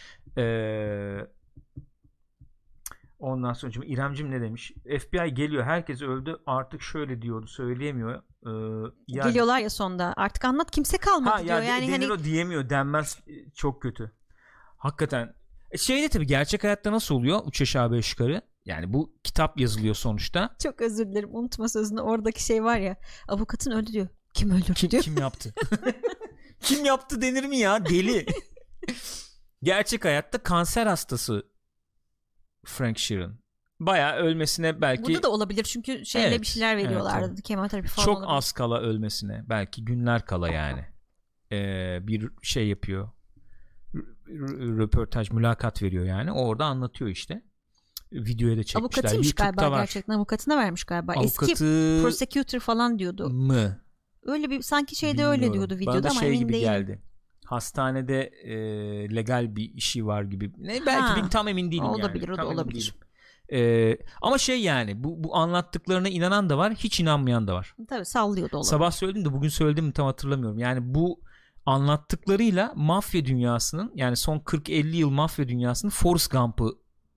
Speaker 1: Ondan sonra İremcim ne demiş? FBI geliyor, herkes öldü artık, şöyle diyordu, söyleyemiyor.
Speaker 2: Yani, geliyorlar ya sonda. Artık anlat, kimse kalmadı diyor. Yani
Speaker 1: denir o diyemiyor, denmez, çok kötü. Hakikaten. Şeyde tabii gerçek hayatta nasıl oluyor? 3 aşağı 5 yukarı. Yani bu kitap yazılıyor sonuçta.
Speaker 2: Çok özür dilerim. Unutma sözünü. Oradaki şey var ya. Avukatın öldü diyor. Kim öldürdü diyor.
Speaker 1: Kim yaptı? Kim yaptı denir mi ya? Deli. Gerçek hayatta kanser hastası Frank Sheeran. Bayağı ölmesine belki.
Speaker 2: Burada da olabilir çünkü bir şeyler veriyorlardı. Evet. Kemoterapi falan
Speaker 1: çok
Speaker 2: olabilir.
Speaker 1: az kala ölmesine. Belki günler kala yani. Bir şey yapıyor. Röportaj, mülakat veriyor yani. Orada anlatıyor işte. Videoya da çekmişler.
Speaker 2: Avukatıymış YouTube'da galiba var. Gerçekten avukatına vermiş galiba.
Speaker 1: Avukatı
Speaker 2: eski prosecutor falan diyordu.
Speaker 1: Mı?
Speaker 2: Öyle bir sanki şeyde öyle diyordu videoda ama
Speaker 1: bana
Speaker 2: emin
Speaker 1: gibi
Speaker 2: değilim.
Speaker 1: Geldi. Hastanede legal bir işi var gibi. Belki ben tam emin değilim
Speaker 2: olabilir,
Speaker 1: yani.
Speaker 2: O da olabilir.
Speaker 1: Ama yani bu anlattıklarına inanan da var, hiç inanmayan da var.
Speaker 2: Tabii sallıyor da olabilir.
Speaker 1: Sabah söyledim de bugün söyledim mi tam hatırlamıyorum. Yani bu anlattıklarıyla mafya dünyasının, yani son 40-50 yıl mafya dünyasının Forrest Gump'ı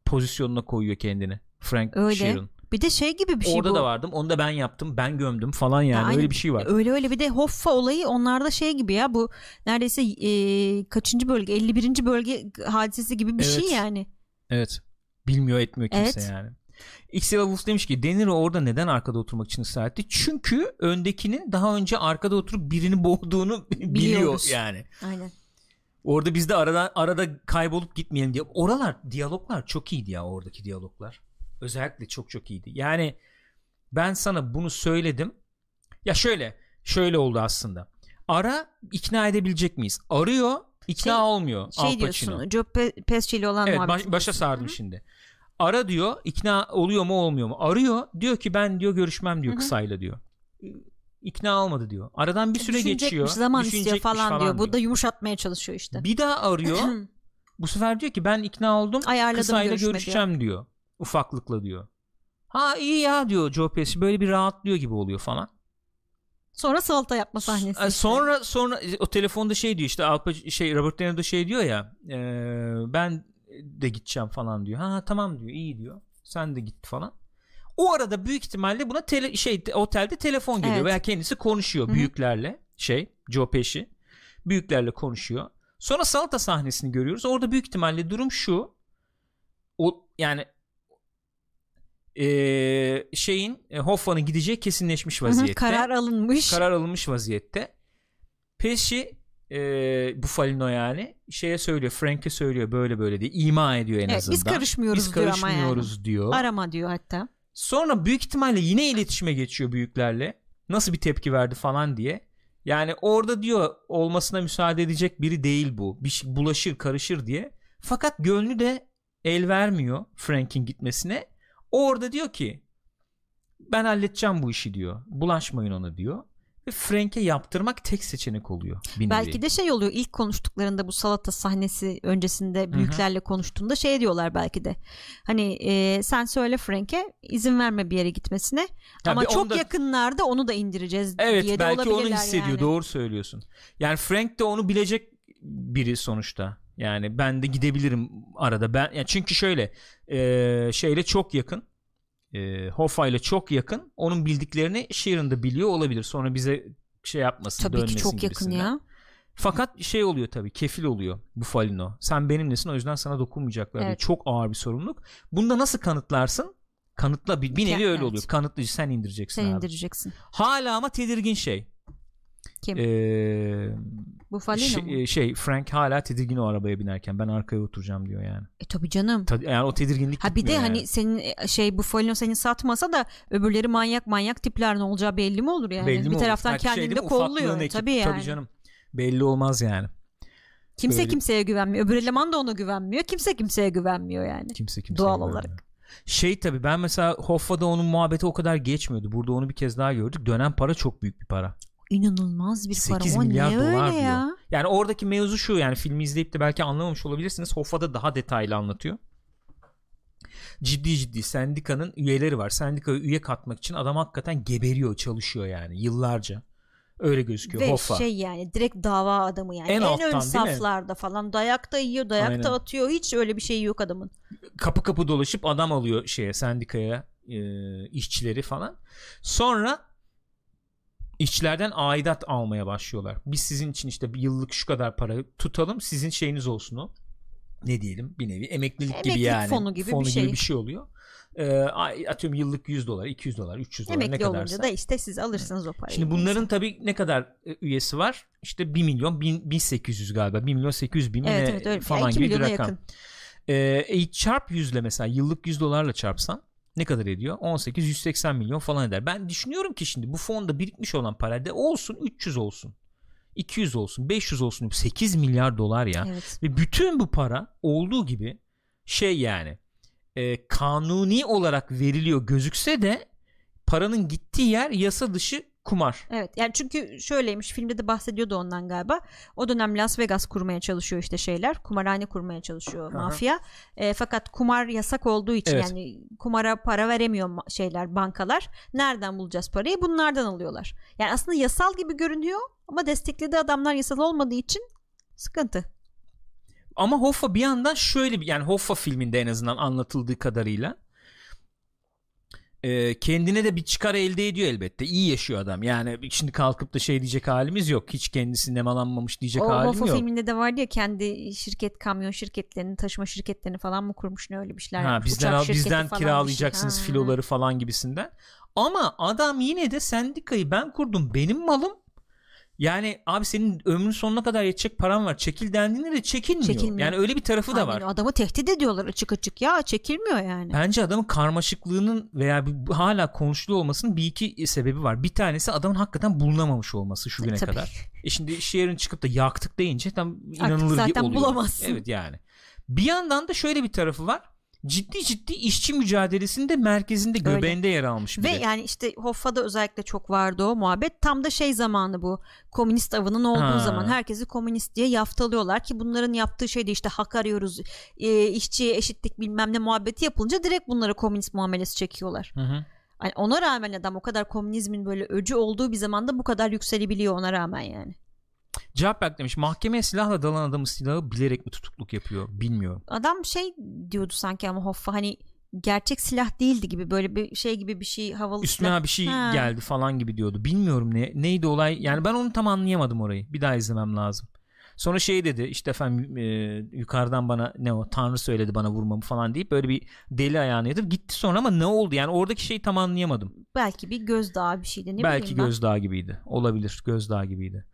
Speaker 1: pozisyonuna koyuyor kendini. Frank Sheeran.
Speaker 2: Bir de şey gibi bir şey
Speaker 1: orada
Speaker 2: bu.
Speaker 1: da vardım. Onu da ben yaptım. Ben gömdüm falan yani. Öyle bir şey var.
Speaker 2: Öyle bir de Hoffa olayı onlarda şey gibi ya, bu neredeyse kaçıncı bölge? 51. bölge hadisesi gibi bir şey yani.
Speaker 1: Evet. Bilmiyor etmiyor kimse yani. Xela Wolf demiş ki De Niro orada neden arkada oturmak için ısrar etti? Çünkü öndekinin daha önce arkada oturup birini boğduğunu biliyor yani.
Speaker 2: Aynen.
Speaker 1: Orada biz de arada kaybolup gitmeyelim diye. Diyaloglar çok iyiydi ya, oradaki diyaloglar. Özellikle çok iyiydi. Yani ben sana bunu söyledim. Ya şöyle oldu aslında. İkna edebilecek miyiz? Arıyor, ikna olmuyor.
Speaker 2: Şey diyorsun, Joe Pesci ile olan muhabbet.
Speaker 1: Evet, başa sardım şimdi. Ara diyor, ikna oluyor mu olmuyor mu? Arıyor, diyor ki ben diyor görüşmem diyor kısayla diyor. İkna olmadı diyor. Aradan bir süre geçiyor.
Speaker 2: Zaman istiyor falan diyor. Bu da yumuşatmaya çalışıyor işte.
Speaker 1: Bir daha arıyor. Bu sefer diyor ki ben ikna oldum. Kısayla görüşeceğim diyor. Ufaklıkla diyor. Ha iyi ya diyor Joe Pesci, böyle bir rahatlıyor gibi oluyor falan.
Speaker 2: Sonra salata yapma sahnesi. İşte.
Speaker 1: Sonra o telefonda şey diyor işte Robert De Niro da şey diyor ya, ben de gideceğim falan diyor. Ha tamam diyor, iyi diyor. Sen de git falan. O arada büyük ihtimalle buna otelde telefon geliyor veya kendisi konuşuyor büyüklerle. Joe Pesci büyüklerle konuşuyor. Sonra salata sahnesini görüyoruz. Orada büyük ihtimalle durum şu. Yani Hoffa'nın gideceği kesinleşmiş vaziyette.
Speaker 2: Karar alınmış
Speaker 1: vaziyette. Pesci Buffalino yani söylüyor, Frank'e söylüyor böyle diye, ima ediyor en azından.
Speaker 2: Biz karışmıyoruz
Speaker 1: diyor.
Speaker 2: Arama diyor hatta.
Speaker 1: Sonra büyük ihtimalle yine iletişime geçiyor büyüklerle. Nasıl bir tepki verdi falan diye. Yani orada diyor olmasına müsaade edecek biri değil bu. Bir şey bulaşır, karışır diye. Fakat gönlü de el vermiyor Frank'in gitmesine. Orada diyor ki ben halledeceğim bu işi diyor. Bulaşmayın ona diyor. Ve Frank'e yaptırmak tek seçenek oluyor.
Speaker 2: Belki de oluyor ilk konuştuklarında, bu salata sahnesi öncesinde büyüklerle konuştuğunda diyorlar belki de. Hani sen söyle Frank'e, izin verme bir yere gitmesine. Ama çok yakınlarda onu da indireceğiz diye de olabilirler. Evet, belki onu hissediyor.
Speaker 1: Yani. Doğru söylüyorsun. Yani Frank de onu bilecek biri sonuçta. Yani ben de gidebilirim arada. Çünkü şeyle çok yakın. Hoffa ile çok yakın. Onun bildiklerini Sheeran da biliyor olabilir. Sonra bize yapmasın,
Speaker 2: tabii
Speaker 1: dönmesin
Speaker 2: ki çok yakın ya.
Speaker 1: Fakat oluyor tabii, kefil oluyor Buffalino. Sen benimlesin, o yüzden sana dokunmayacaklar diye. Çok ağır bir sorumluluk. Bunda nasıl kanıtlarsın? Kanıtla bir nevi öyle oluyor. Kanıtlayıcı sen indireceksin abi.
Speaker 2: İndireceksin.
Speaker 1: Hala ama tedirgin
Speaker 2: Kim? Buffalino mu?
Speaker 1: Frank hala tedirgin o arabaya binerken. Ben arkaya oturacağım diyor yani.
Speaker 2: Tabii canım.
Speaker 1: Yani o tedirginlik
Speaker 2: bir de
Speaker 1: yani.
Speaker 2: Hani senin Buffalino seni satmasa da öbürleri manyak tipler, ne olacağı belli mi olur yani?
Speaker 1: Belli
Speaker 2: bir taraftan olur. Kendini de kolluyor. Tabii yani.
Speaker 1: Tabii canım. Belli olmaz yani.
Speaker 2: Kimseye güvenmiyor. Öbür eleman da ona güvenmiyor. Kimseye güvenmiyor yani.
Speaker 1: Kimse
Speaker 2: doğal olarak.
Speaker 1: Tabii ben mesela Hoffa'da onun muhabbeti o kadar geçmiyordu. Burada onu bir kez daha gördük. Dönen para çok büyük bir para.
Speaker 2: İnanılmaz bir para.
Speaker 1: 8 milyar dolar
Speaker 2: diyor. Ya?
Speaker 1: Yani oradaki mevzu şu, yani filmi izleyip de belki anlamamış olabilirsiniz. Hoffa'da daha detaylı anlatıyor. Ciddi sendikanın üyeleri var. Sendikaya üye katmak için adam hakikaten geberiyor, çalışıyor yani yıllarca. Öyle gözüküyor
Speaker 2: ve
Speaker 1: Hoffa.
Speaker 2: Yani direkt dava adamı yani. En ön saflarda falan dayak da yiyor, dayak da atıyor. Hiç öyle bir şey yok adamın.
Speaker 1: Kapı dolaşıp adam alıyor sendikaya, işçileri falan. Sonra İşçilerden aidat almaya başlıyorlar. Biz sizin için işte bir yıllık şu kadar para tutalım, sizin şeyiniz olsun o. Ne diyelim, bir nevi emeklilik gibi yani.
Speaker 2: Fonu gibi bir şey
Speaker 1: oluyor. Atıyorum yıllık $100, $200, $300
Speaker 2: emekli
Speaker 1: ne kadarsa.
Speaker 2: Emekli olunca da işte siz alırsınız o parayı.
Speaker 1: Şimdi bunların tabii ne kadar üyesi var? İşte 1.800.000 galiba. 1.800.000 falan gibi bir rakam. Çarp 100'le mesela, yıllık $100 çarpsan ne kadar ediyor? 180 milyon falan eder. Ben düşünüyorum ki şimdi bu fonda birikmiş olan para da olsun 300 olsun. 200 olsun, 500 olsun. 8 milyar dolar ya.
Speaker 2: Evet.
Speaker 1: Ve bütün bu para olduğu gibi yani kanuni olarak veriliyor gözükse de paranın gittiği yer yasa dışı kumar.
Speaker 2: Evet, yani çünkü şöyleymiş, filmde de bahsediyordu ondan galiba. O dönem Las Vegas kurmaya çalışıyor kumarhane kurmaya çalışıyor mafya. Fakat kumar yasak olduğu için yani kumara para veremiyor bankalar. Nereden bulacağız parayı? Bunlardan alıyorlar. Yani aslında yasal gibi görünüyor ama desteklediği adamlar yasal olmadığı için sıkıntı.
Speaker 1: Ama Hoffa bir yandan şöyle bir, yani Hoffa filminde en azından anlatıldığı kadarıyla kendine de bir çıkar elde ediyor elbette. İyi yaşıyor adam. Yani şimdi kalkıp da şey diyecek halimiz yok. Hiç kendisi nemalanmamış diyecek halim yok.
Speaker 2: O Hoffa filminde de vardı ya, kendi kamyon şirketlerini, taşıma şirketlerini falan mı kurmuş, ne öyle bir şeyler yapmış.
Speaker 1: Bizden kiralayacaksınız filoları falan gibisinden. Ama adam yine de sendikayı ben kurdum, benim malım. Yani abi senin ömrün sonuna kadar yetecek paran var. Çekil dendiğinde de çekilmiyor. Yani öyle bir tarafı da var.
Speaker 2: Adamı tehdit ediyorlar açık açık ya, çekilmiyor yani.
Speaker 1: Bence adamın karmaşıklığının veya hala konuşuluyor olmasının bir iki sebebi var. Bir tanesi adamın hakikaten bulunamamış olması şu güne kadar. Şimdi Sharon çıkıp da yaktık deyince tam inanılır
Speaker 2: zaten
Speaker 1: oluyor.
Speaker 2: Bulamazsın.
Speaker 1: Evet yani. Bir yandan da şöyle bir tarafı var. Ciddi işçi mücadelesinde merkezinde, göbeğinde yer almış biri.
Speaker 2: Ve yani işte Hoffa'da özellikle çok vardı o muhabbet. Tam da şey zamanı bu. Komünist avının olduğu zaman herkesi komünist diye yaftalıyorlar ki bunların yaptığı şey de işte hak arıyoruz, işçiye eşitlik bilmem ne muhabbeti yapılınca direkt bunlara komünist muamelesi çekiyorlar. Yani ona rağmen adam o kadar komünizmin böyle öcü olduğu bir zamanda bu kadar yükselebiliyor ona rağmen yani.
Speaker 1: Cevap beklemiş. Mahkemeye silahla dalan adamın silahı bilerek mi tutukluk yapıyor? Bilmiyorum.
Speaker 2: Adam şey diyordu sanki ama Hoffa, hani gerçek silah değildi gibi, böyle bir şey gibi bir şey, havalı
Speaker 1: üstüne
Speaker 2: silah.
Speaker 1: Bir şey geldi falan gibi diyordu. Bilmiyorum neydi olay. Yani ben onu tam anlayamadım orayı. Bir daha izlemem lazım. Sonra şey dedi işte efendim yukarıdan bana Tanrı söyledi bana vurmamı falan deyip böyle bir deli ayağını yedir. Gitti sonra ama ne oldu? Yani oradaki şeyi tam anlayamadım.
Speaker 2: Belki bir gözdağı bir şeydi.
Speaker 1: Belki gözdağı gibiydi. Olabilir. Gözdağı gibiydi.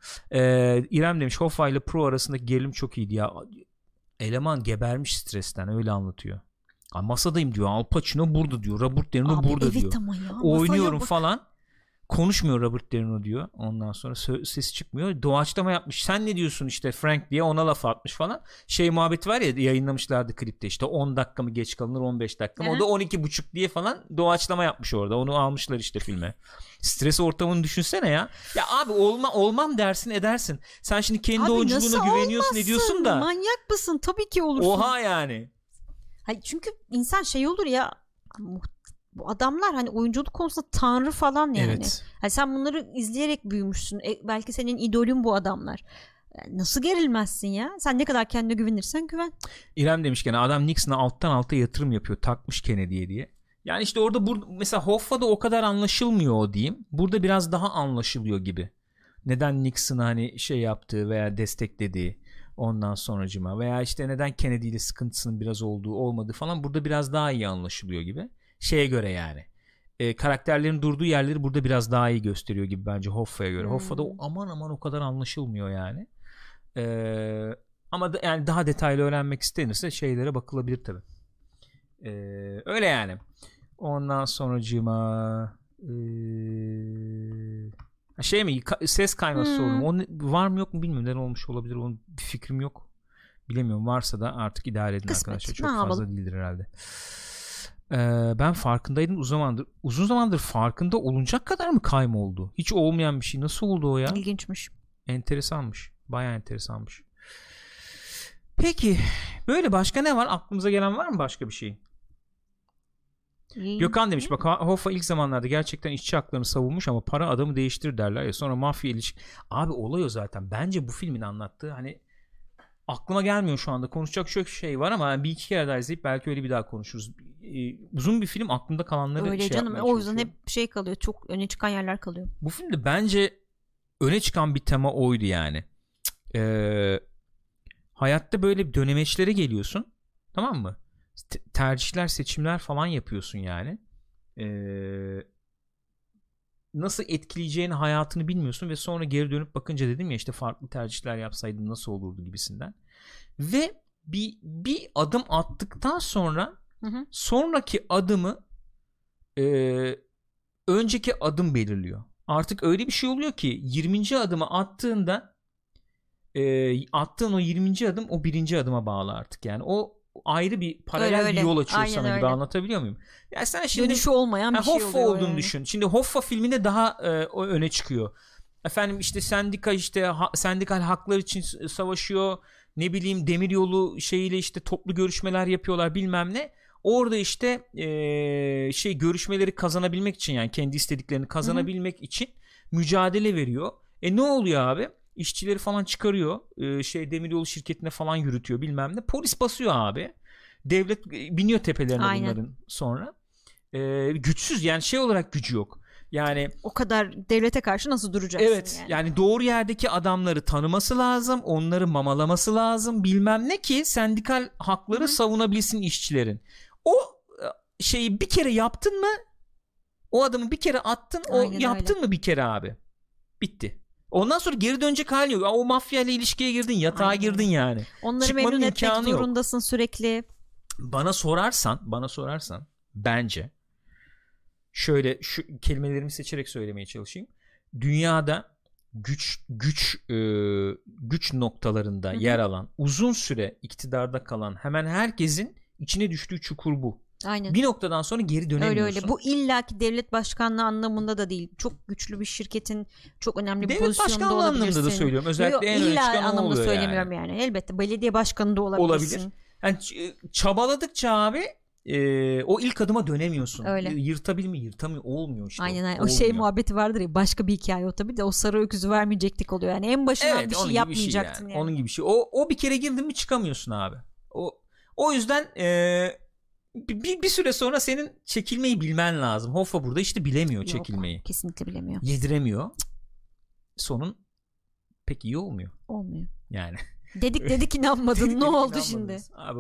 Speaker 1: İrem demiş Hoffa ile Pro arasındaki gerilim çok iyiydi ya. Eleman gebermiş stresten, öyle anlatıyor. Masadayım diyor. Al Pacino burada diyor. Robert De Niro burada diyor. Oynuyorum falan. Konuşmuyor Robert De Niro diyor. Ondan sonra sesi çıkmıyor. Doğaçlama yapmış. Sen ne diyorsun işte Frank diye ona laf atmış falan. Şey muhabbeti var ya, yayınlamışlardı klipte, işte 10 dakika mı geç kalınır 15 dakika mı. O da 12,5 diye falan doğaçlama yapmış orada. Onu almışlar işte filme. Stres ortamını düşünsene ya. Ya abi olmam dersin edersin. Sen şimdi kendi oyunculuğuna güveniyorsun ediyorsun da.
Speaker 2: Manyak mısın? Tabii ki olursun.
Speaker 1: Oha yani.
Speaker 2: Hayır, çünkü insan şey olur ya, bu adamlar hani oyunculuk konusunda tanrı falan yani. Evet. Hani sen bunları izleyerek büyümüşsün. Belki senin idolün bu adamlar. Yani nasıl gerilmezsin ya? Sen ne kadar kendine güvenirsen güven.
Speaker 1: İrem demiş gene adam Nixon'a alttan alta yatırım yapıyor. Takmış Kennedy'ye diye. Yani işte orada mesela Hoffa'da o kadar anlaşılmıyor o diyeyim. Burada biraz daha anlaşılıyor gibi. Neden Nixon'ı hani şey yaptığı veya desteklediği, ondan sonracıma veya işte neden Kennedy ile sıkıntısının biraz olmadığı falan burada biraz daha iyi anlaşılıyor gibi. Şeye göre yani. Karakterlerin durduğu yerleri burada biraz daha iyi gösteriyor gibi bence Hoffa'ya göre. Hoffa'da aman o kadar anlaşılmıyor yani. Ama yani daha detaylı öğrenmek istenirse şeylere bakılabilir tabii. Öyle yani. Ondan sonracığıma şey mi, ses kayması sorunu. O var mı yok mu bilmiyorum. Neden olmuş olabilir, onun bir fikrim yok. Bilemiyorum. Varsa da artık idare edin arkadaşlar. Çok fazla değildir herhalde. Ben farkındaydım uzun zamandır farkında olunacak kadar mı kayma oldu? Hiç olmayan bir şey. Nasıl oldu o ya?
Speaker 2: İlginçmiş.
Speaker 1: Enteresanmış. Bayağı enteresanmış. Peki. Böyle başka ne var? Aklımıza gelen var mı başka bir şey? Gökhan demiş bak Hoffa ilk zamanlarda gerçekten işçi haklarını savunmuş ama para adamı değiştirir derler ya, sonra mafya ilişki. Abi olay o zaten. Bence bu filmin anlattığı, hani aklıma gelmiyor şu anda. Konuşacak çok şey var ama bir iki kere daha izleyip belki öyle bir daha konuşuruz. Uzun bir film, aklımda kalanları
Speaker 2: öyle canım, o yüzden hep şey kalıyor. Çok öne çıkan yerler kalıyor.
Speaker 1: Bu filmde bence öne çıkan bir tema oydu yani. Hayatta böyle dönemeçlere geliyorsun. Tamam mı? Tercihler, seçimler falan yapıyorsun yani. Nasıl etkileyeceğini hayatını bilmiyorsun ve sonra geri dönüp bakınca dedim ya işte farklı tercihler yapsaydım nasıl olurdu gibisinden. Ve bir adım attıktan sonra sonraki adımı önceki adım belirliyor. Artık öyle bir şey oluyor ki 20. adımı attığında attığın o 20. adım o 1. adıma bağlı artık. Yani o ayrı bir paralel öyle. Bir yol açıyor. Aynen sana öyle. Gibi anlatabiliyor muyum? Yani sen şimdi
Speaker 2: dönüşü olmayan bir şey oluyor.
Speaker 1: Hoffa olduğunu yani. Düşün. Şimdi Hoffa filminde daha öne çıkıyor. Efendim işte sendikal haklar için savaşıyor. Ne bileyim demiryolu şeyiyle işte toplu görüşmeler yapıyorlar bilmem ne. Orada işte görüşmeleri kazanabilmek için, yani kendi istediklerini kazanabilmek için mücadele veriyor. Ne oluyor abi? İşçileri falan çıkarıyor. Demiryolu şirketine falan yürütüyor bilmem ne. Polis basıyor abi. Devlet biniyor tepelerine bunların sonra. Güçsüz yani olarak gücü yok. Yani
Speaker 2: o kadar devlete karşı nasıl duracaksın?
Speaker 1: Evet yani doğru yerdeki adamları tanıması lazım, onları mamalaması lazım bilmem ne ki sendikal hakları savunabilsin işçilerin. O şeyi bir kere yaptın mı, o adamı bir kere attın,
Speaker 2: aynen
Speaker 1: yaptın
Speaker 2: öyle.
Speaker 1: mı bir kere abi, bitti. Ondan sonra geri dönecek halin yok. O mafya ile ilişkiye girdin, yatağa girdin yani.
Speaker 2: Onları
Speaker 1: çıkmanın
Speaker 2: memnun etmek
Speaker 1: imkanı yok.
Speaker 2: zorundasın sürekli.
Speaker 1: Bana sorarsan bence şöyle şu kelimelerimi seçerek söylemeye çalışayım. Dünyada güç noktalarında yer alan, uzun süre iktidarda kalan hemen herkesin içine düştüğü çukur bu.
Speaker 2: Aynen.
Speaker 1: Bir noktadan sonra geri dönemiyorsun.
Speaker 2: Öyle. Bu illaki devlet başkanlığı anlamında da değil. Çok güçlü bir şirketin çok önemli bir pozisyonda olabilirsin.
Speaker 1: Devlet başkanlığı anlamında da söylüyorum. Özellikle en öne çıkan o oluyor
Speaker 2: söylemiyorum yani. Elbette belediye başkanı da olabilirsin.
Speaker 1: Olabilir. Yani çabaladıkça abi o ilk adıma dönemiyorsun.
Speaker 2: Öyle.
Speaker 1: Yırtamıyor, olmuyor işte.
Speaker 2: Aynen. O şey muhabbeti vardır ya, başka bir hikaye o tabii de, o sarı öküzü vermeyecektik oluyor. Yani en başından bir şey yapmayacaktın yani.
Speaker 1: Onun gibi bir şey. O bir kere girdin mi çıkamıyorsun abi. O yüzden bir süre sonra senin çekilmeyi bilmen lazım. Hoffa burada işte bilemiyor çekilmeyi.
Speaker 2: Yok, kesinlikle bilemiyor.
Speaker 1: Yediremiyor. Sonun pek iyi olmuyor.
Speaker 2: Olmuyor.
Speaker 1: Yani.
Speaker 2: Dedik inanmadın. Ne oldu şimdi?
Speaker 1: Abi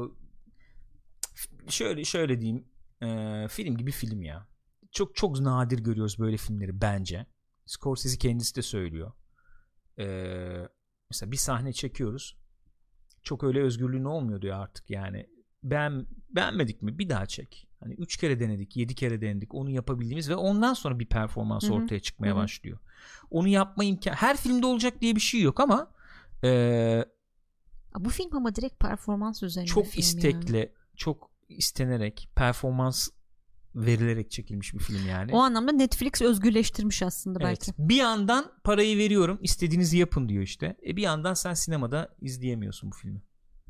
Speaker 1: şöyle diyeyim, film gibi film ya. Çok nadir görüyoruz böyle filmleri bence. Scorsese kendisi de söylüyor. Mesela bir sahne çekiyoruz. Çok öyle özgürlüğün olmuyor diyor artık yani. Beğenmedik mi? Bir daha çek. Hani 3 kere denedik, 7 kere denedik. Onu yapabildiğimiz ve ondan sonra bir performans ortaya çıkmaya başlıyor. Onu yapma imkanı. Her filmde olacak diye bir şey yok ama
Speaker 2: bu film ama direkt performans üzerine
Speaker 1: çok
Speaker 2: film
Speaker 1: istekli,
Speaker 2: yani.
Speaker 1: Çok istenerek, performans verilerek çekilmiş bir film yani.
Speaker 2: O anlamda Netflix özgürleştirmiş aslında belki.
Speaker 1: Evet. Bir yandan parayı veriyorum, istediğinizi yapın diyor işte. Bir yandan sen sinemada izleyemiyorsun bu filmi.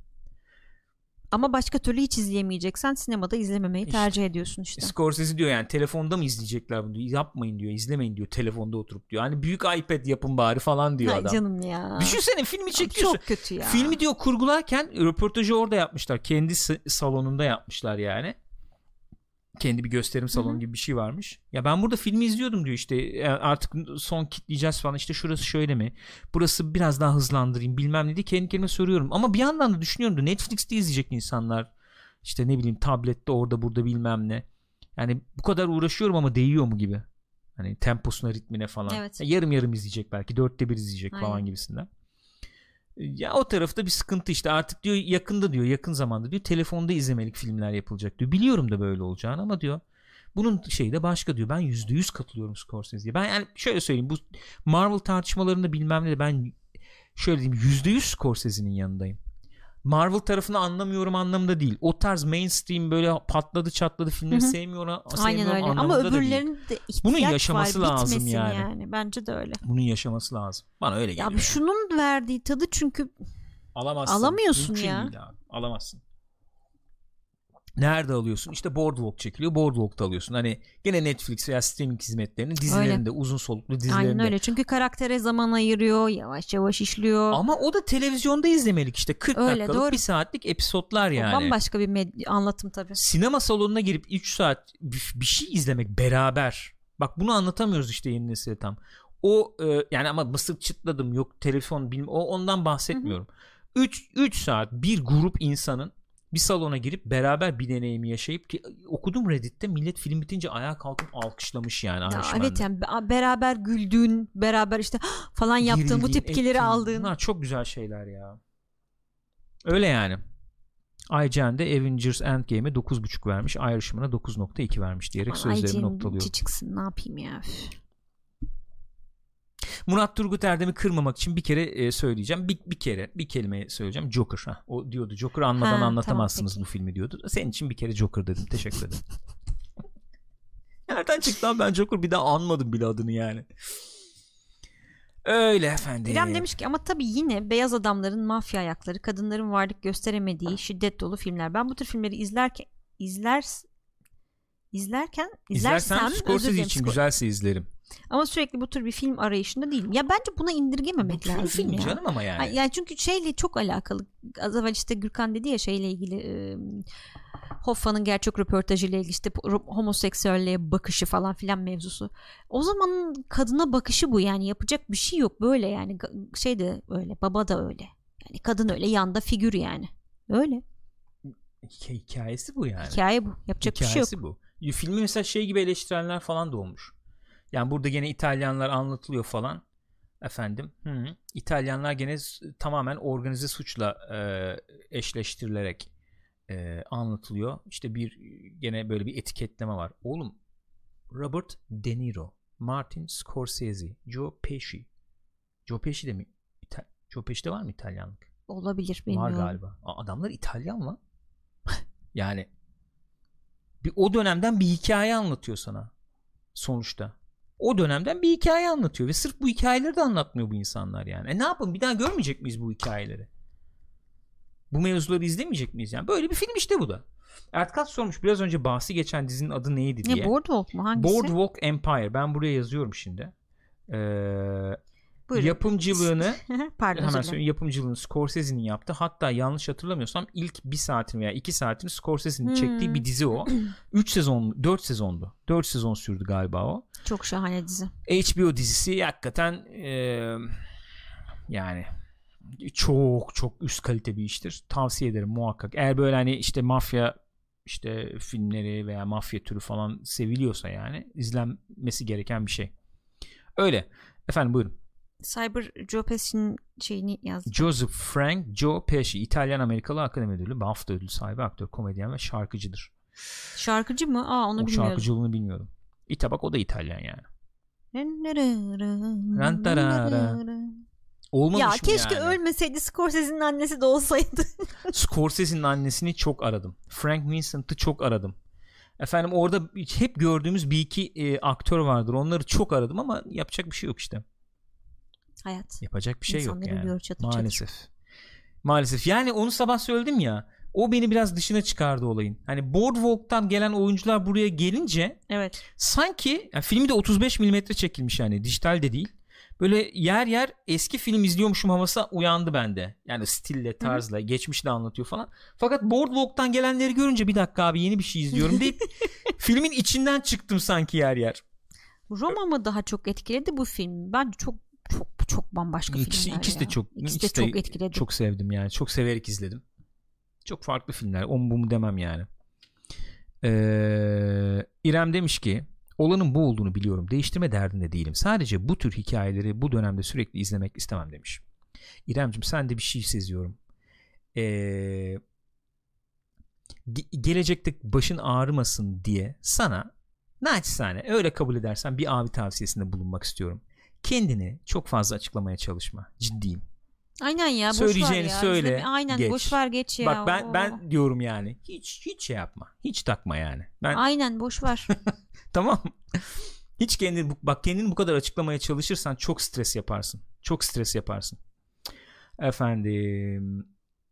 Speaker 2: Ama başka türlü hiç izleyemeyeceksen sinemada izlememeyi tercih ediyorsun işte.
Speaker 1: Scorsese diyor yani telefonda mı izleyecekler bunu diyor. Yapmayın diyor, izlemeyin diyor telefonda oturup diyor. Hani büyük iPad yapın bari falan diyor adam.
Speaker 2: Canım ya.
Speaker 1: Düşünsene filmi çekiyorsun.
Speaker 2: Çok kötü ya.
Speaker 1: Filmi diyor kurgularken röportajı orada yapmışlar. Kendi salonunda yapmışlar yani. Kendi bir gösterim salonu gibi bir şey varmış. Ya ben burada filmi izliyordum diyor işte, artık son kitleyeceğiz falan, işte şurası şöyle mi? Burası biraz daha hızlandırayım bilmem ne diye kendi kendime soruyorum. Ama bir yandan da düşünüyorum da Netflix'te izleyecek insanlar. İşte ne bileyim tablette orada burada bilmem ne. Yani bu kadar uğraşıyorum ama değiyor mu gibi. Hani temposuna, ritmine falan.
Speaker 2: Evet.
Speaker 1: Yarım yarım izleyecek belki. 1/4 izleyecek falan gibisinden. Ya o tarafta bir sıkıntı işte, artık diyor yakında diyor, yakın zamanda diyor telefonda izlemelik filmler yapılacak diyor. Biliyorum da böyle olacağını ama diyor bunun şeyi de başka diyor. Ben %100 katılıyorum Scorsese'ye. Ben yani şöyle söyleyeyim, bu Marvel tartışmalarında bilmem ne de ben şöyle diyeyim, %100 Scorsese'nin yanındayım. Marvel tarafını anlamıyorum anlamında değil. O tarz mainstream böyle patladı çatladı filmleri sevmiyorum anlamında
Speaker 2: ama
Speaker 1: da
Speaker 2: öbürlerinin
Speaker 1: değil.
Speaker 2: de
Speaker 1: Bunun yaşaması
Speaker 2: var,
Speaker 1: lazım yani.
Speaker 2: Bence de öyle.
Speaker 1: Bunun yaşaması lazım. Bana öyle geliyor.
Speaker 2: Ya şunun verdiği tadı çünkü alamıyorsun
Speaker 1: Mümkün
Speaker 2: ya.
Speaker 1: değil abi. Alamazsın. Nerede alıyorsun? İşte Boardwalk çekiliyor. Boardwalk'ta alıyorsun. Hani gene Netflix veya streaming hizmetlerinin dizilerinde, uzun soluklu dizilerinde.
Speaker 2: Aynen öyle. Çünkü karaktere zaman ayırıyor. Yavaş yavaş işliyor.
Speaker 1: Ama o da televizyonda izlemelik işte. 40 dakikalık,
Speaker 2: doğru.
Speaker 1: 1 saatlik episodlar yani.
Speaker 2: O bambaşka bir anlatım tabii.
Speaker 1: Sinema salonuna girip 3 saat bir şey izlemek beraber. Bak bunu anlatamıyoruz işte yeni nesile tam. O yani ama mısır çıtladım yok telefon ondan bahsetmiyorum. 3 saat bir grup insanın bir salona girip beraber bir deneyimi yaşayıp, ki okudum Reddit'te millet film bitince ayağa kalkıp alkışlamış yani.
Speaker 2: Evet yani beraber güldüğün, beraber işte falan yaptığın, bu tepkileri aldığın.
Speaker 1: Bunlar çok güzel şeyler ya. Öyle yani. IGN'de Avengers Endgame'e 9.5 vermiş, Irishman'a 9.2 vermiş diyerek sözlerimi noktalıyorum.
Speaker 2: Çıksın, ne yapayım ya.
Speaker 1: Murat Turgut Erdem'i kırmamak için bir kere söyleyeceğim. Bir kelime söyleyeceğim. Joker. O diyordu. Joker anmadan anlatamazsınız bu filmi diyordu. Senin için bir kere Joker dedim. Teşekkür ederim. Nereden çıktı lan, ben Joker bir daha anmadım bile adını yani. Öyle efendim.
Speaker 2: İrem demiş ki ama tabii yine beyaz adamların mafya ayakları, kadınların varlık gösteremediği şiddet dolu filmler. Ben bu tür filmleri izlersem
Speaker 1: Scorsese için güzelse izlerim.
Speaker 2: Ama sürekli bu tür bir film arayışında değilim. Ya bence buna indirgememek lazım
Speaker 1: film
Speaker 2: ya.
Speaker 1: Canım ama yani.
Speaker 2: Yani çünkü şeyle çok alakalı. Az evvel işte Gürkan dedi ya şeyle ilgili Hoffa'nın gerçek röportajıyla ilgili işte homoseksüelliğe bakışı falan filan mevzusu. O zaman kadına bakışı bu yani, yapacak bir şey yok böyle yani, şey de öyle, baba da öyle. Yani kadın öyle, yanda figür yani. Öyle.
Speaker 1: Hikayesi bu yani.
Speaker 2: Hikaye bu. Yapacak
Speaker 1: Hikayesi
Speaker 2: bir şey yok.
Speaker 1: bu. Filmi mesela şey gibi eleştirenler falan da olmuş. Yani burada gene İtalyanlar anlatılıyor falan. Efendim. İtalyanlar gene tamamen organize suçla eşleştirilerek anlatılıyor. İşte gene böyle bir etiketleme var. Oğlum, Robert De Niro, Martin Scorsese, Joe Pesci. Joe Pesci de mi? Joe Pesci'de var mı İtalyanlık?
Speaker 2: Olabilir, bilmiyorum.
Speaker 1: Var galiba. Adamlar İtalyan lan. Yani o dönemden bir hikaye anlatıyor sana sonuçta. O dönemden bir hikaye anlatıyor ve sırf bu hikayeleri de anlatmıyor bu insanlar yani. Ne yapalım, bir daha görmeyecek miyiz bu hikayeleri? Bu mevzuları izlemeyecek miyiz yani? Böyle bir film işte bu da. Ertkal sormuş biraz önce bahsi geçen dizinin adı neydi diye.
Speaker 2: Boardwalk mu? Hangisi?
Speaker 1: Boardwalk Empire. Ben buraya yazıyorum şimdi. Yapımcılığını
Speaker 2: pardon,
Speaker 1: hemen söyleyeyim, yapımcılığını Scorsese'nin yaptı. Hatta yanlış hatırlamıyorsam ilk 1 saatini veya 2 saatini Scorsese'nin çektiği bir dizi o. 3 sezon, 4 sezondu. 4 sezon sürdü galiba o.
Speaker 2: Çok şahane dizi.
Speaker 1: HBO dizisi hakikaten yani çok çok üst kalite bir iştir. Tavsiye ederim muhakkak. Eğer böyle hani işte mafya işte filmleri veya mafya türü falan seviliyorsa yani izlenmesi gereken bir şey. Öyle. Efendim buyurun.
Speaker 2: Cyber Joe Pesci'nin şeyini yazdım.
Speaker 1: Joseph Frank Joe Pesci, İtalyan-Amerikalı Akademi Ödülü, BAFTA ödülü sahibi aktör, komedyen ve şarkıcıdır.
Speaker 2: Şarkıcı mı? Onu bilmiyorum.
Speaker 1: Şarkıcılığını bilmiyorum. Bak o da İtalyan yani. Olmamış
Speaker 2: ya
Speaker 1: mı
Speaker 2: keşke
Speaker 1: yani?
Speaker 2: Ölmeseydi Scorsese'nin annesi de olsaydı.
Speaker 1: Scorsese'nin annesini çok aradım. Frank Vincent'ı çok aradım. Efendim orada hep gördüğümüz bir iki aktör vardır. Onları çok aradım ama yapacak bir şey yok işte.
Speaker 2: Hayat.
Speaker 1: Yapacak bir şey
Speaker 2: İnsanlar
Speaker 1: yok yani.
Speaker 2: ölüyor, çatır
Speaker 1: Maalesef.
Speaker 2: çatır.
Speaker 1: Maalesef. Yani onu sabah söyledim ya. O beni biraz dışına çıkardı olayın. Hani Boardwalk'tan gelen oyuncular buraya gelince
Speaker 2: evet.
Speaker 1: Sanki yani filmi de 35 milimetre çekilmiş yani. Dijital de değil. Böyle yer yer eski film izliyormuşum havası uyandı bende. Yani stille, tarzla, geçmişle anlatıyor falan. Fakat Boardwalk'tan gelenleri görünce bir dakika abi yeni bir şey izliyorum deyip filmin içinden çıktım sanki yer yer.
Speaker 2: Roma mı daha çok etkiledi bu film? Bence çok bambaşka filmler.
Speaker 1: İkisi de çok
Speaker 2: etkiledi.
Speaker 1: Çok sevdim yani. Çok severek izledim. Çok farklı filmler. O mu demem yani. İrem demiş ki olanın bu olduğunu biliyorum. Değiştirme derdinde değilim. Sadece bu tür hikayeleri bu dönemde sürekli izlemek istemem demiş. İremcim sen de bir şey seziyorum. Gelecekte başın ağrımasın diye sana naçizane öyle kabul edersen bir abi tavsiyesinde bulunmak istiyorum. Kendini çok fazla açıklamaya çalışma. Ciddiyim.
Speaker 2: Aynen ya, boş
Speaker 1: söyleyeceğini
Speaker 2: ver ya.
Speaker 1: söyle.
Speaker 2: Aynen
Speaker 1: geç.
Speaker 2: Boş ver geç ya.
Speaker 1: Bak ben diyorum yani. Hiç şey yapma. Hiç takma yani.
Speaker 2: Aynen boş ver.
Speaker 1: Tamam. Hiç kendini bu kadar açıklamaya çalışırsan çok stres yaparsın. Çok stres yaparsın. Efendim.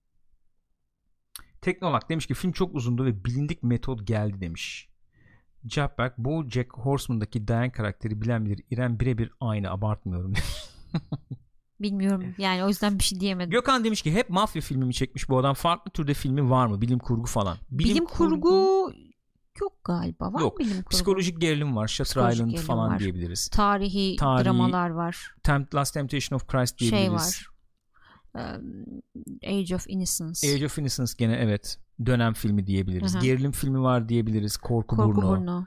Speaker 1: Teknolak demiş ki film çok uzundu ve bilindik metod geldi demiş. Cevap BoJack Horseman'daki Diane karakteri bilen bilir. İrem birebir aynı, abartmıyorum.
Speaker 2: Bilmiyorum yani, o yüzden bir şey diyemedim.
Speaker 1: Gökhan demiş ki hep mafya filmi çekmiş bu adam. Farklı türde filmi var mı? Bilim kurgu falan.
Speaker 2: Bilim kurgu yok galiba. Var
Speaker 1: yok.
Speaker 2: Bilim kurgu.
Speaker 1: Psikolojik gerilim var. Shutter Island falan var. Diyebiliriz.
Speaker 2: Tarihi dramalar var.
Speaker 1: Last Temptation of Christ diyebiliriz.
Speaker 2: Şey var. Age of Innocence.
Speaker 1: Age of Innocence gene evet. Dönem filmi diyebiliriz.
Speaker 2: Hı-hı.
Speaker 1: Gerilim filmi var diyebiliriz. Korku Burnu.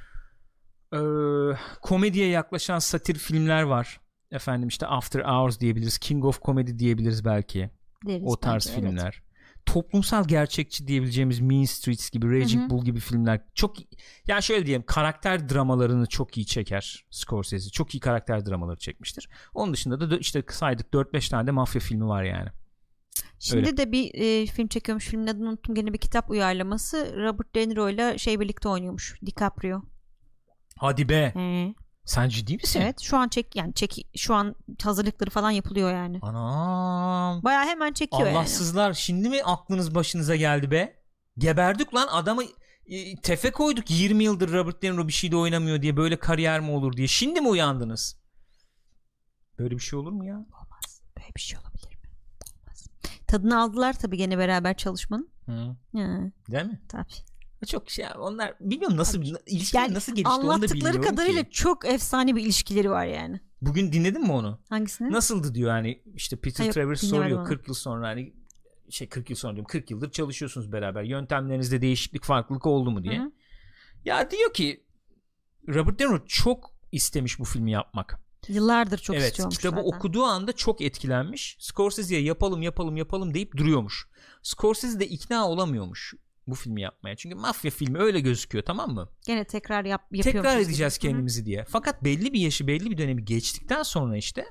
Speaker 1: Komediye yaklaşan satir filmler var. Efendim işte After Hours diyebiliriz. King of Comedy diyebiliriz belki.
Speaker 2: Deriz
Speaker 1: o tarz
Speaker 2: belki,
Speaker 1: filmler.
Speaker 2: Evet.
Speaker 1: Toplumsal gerçekçi diyebileceğimiz Mean Streets gibi, Raging Bull gibi filmler. Çok yani şöyle diyelim, karakter dramalarını çok iyi çeker Scorsese. Çok iyi karakter dramaları çekmiştir. Onun dışında da işte saydık 4-5 tane de mafya filmi var yani.
Speaker 2: Şimdi
Speaker 1: öyle.
Speaker 2: de bir film çekiyormuş. Filmin adını unuttum. Gene bir kitap uyarlaması. Robert De Niro ile birlikte oynuyormuş. DiCaprio.
Speaker 1: Hadi be. Sen ciddi misin?
Speaker 2: Evet, şu an şu an hazırlıkları falan yapılıyor yani.
Speaker 1: Anam.
Speaker 2: Bayağı hemen çekiyor
Speaker 1: Allahsızlar, yani. Şimdi mi aklınız başınıza geldi be? Geberdik lan, adamı Tefe koyduk 20 yıldır Robert De Niro bir şeyde oynamıyor diye, böyle kariyer mi olur diye. Şimdi mi uyandınız? Böyle bir şey olur mu ya?
Speaker 2: Olmaz. Böyle bir şey olabilir mi? Olmaz. Tadını aldılar tabii gene beraber çalışmanın.
Speaker 1: Değil mi?
Speaker 2: Tabii.
Speaker 1: Çok şey, onlar bilmiyorum nasıl ilişkiler yani, nasıl gelişti onu da bilmiyorum.
Speaker 2: Anlattıkları kadarıyla çok efsane bir ilişkileri var yani.
Speaker 1: Bugün dinledin mi onu?
Speaker 2: Hangisini?
Speaker 1: Nasıldı diyor yani, işte Peter Travers soruyor 40
Speaker 2: onu.
Speaker 1: yıl sonra, hani 40 yıl sonra diyorum, 40 yıldır çalışıyorsunuz beraber, yöntemlerinizde değişiklik, farklılık oldu mu diye. Hı-hı. Ya diyor ki Robert De Niro çok istemiş bu filmi yapmak.
Speaker 2: Yıllardır çok istiyormuş.
Speaker 1: Evet, kitabı okuduğu anda çok etkilenmiş. Scorsese'ye yapalım deyip duruyormuş. Scorsese de ikna olamıyormuş bu filmi yapmaya. Çünkü mafya filmi öyle gözüküyor, tamam mı?
Speaker 2: Gene tekrar
Speaker 1: tekrar edeceğiz kendimizi diye. Fakat belli bir yaşı, belli bir dönemi geçtikten sonra işte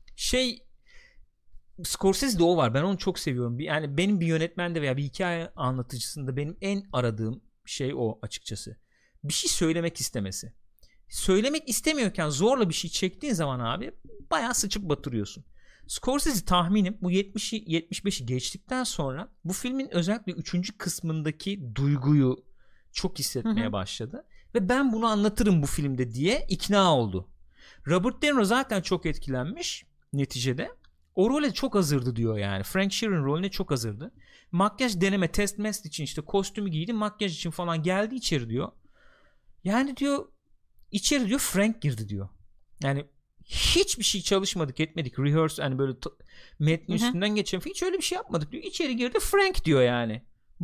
Speaker 1: Scorsese'de o var. Ben onu çok seviyorum. Yani benim bir yönetmende veya bir hikaye anlatıcısında benim en aradığım şey o açıkçası. Bir şey söylemek istemesi. Söylemek istemiyorken zorla bir şey çektiğin zaman abi bayağı sıçıp batırıyorsun. Scorsese tahminim bu 70'i 75'i geçtikten sonra bu filmin özellikle 3. kısmındaki duyguyu çok hissetmeye başladı. Ve ben bunu anlatırım bu filmde diye ikna oldu. Robert De Niro zaten çok etkilenmiş neticede. O role çok hazırdı diyor yani. Frank Sheeran rolüne çok hazırdı. Makyaj deneme, test için işte kostümü giydi, makyaj için falan geldi içeri diyor. Yani diyor içeri diyor Frank girdi diyor. Yani hiçbir şey çalışmadık etmedik. Rehearse hani böyle metnin üstünden geçen hiç öyle bir şey yapmadık diyor. İçeri girdi Frank diyor yani.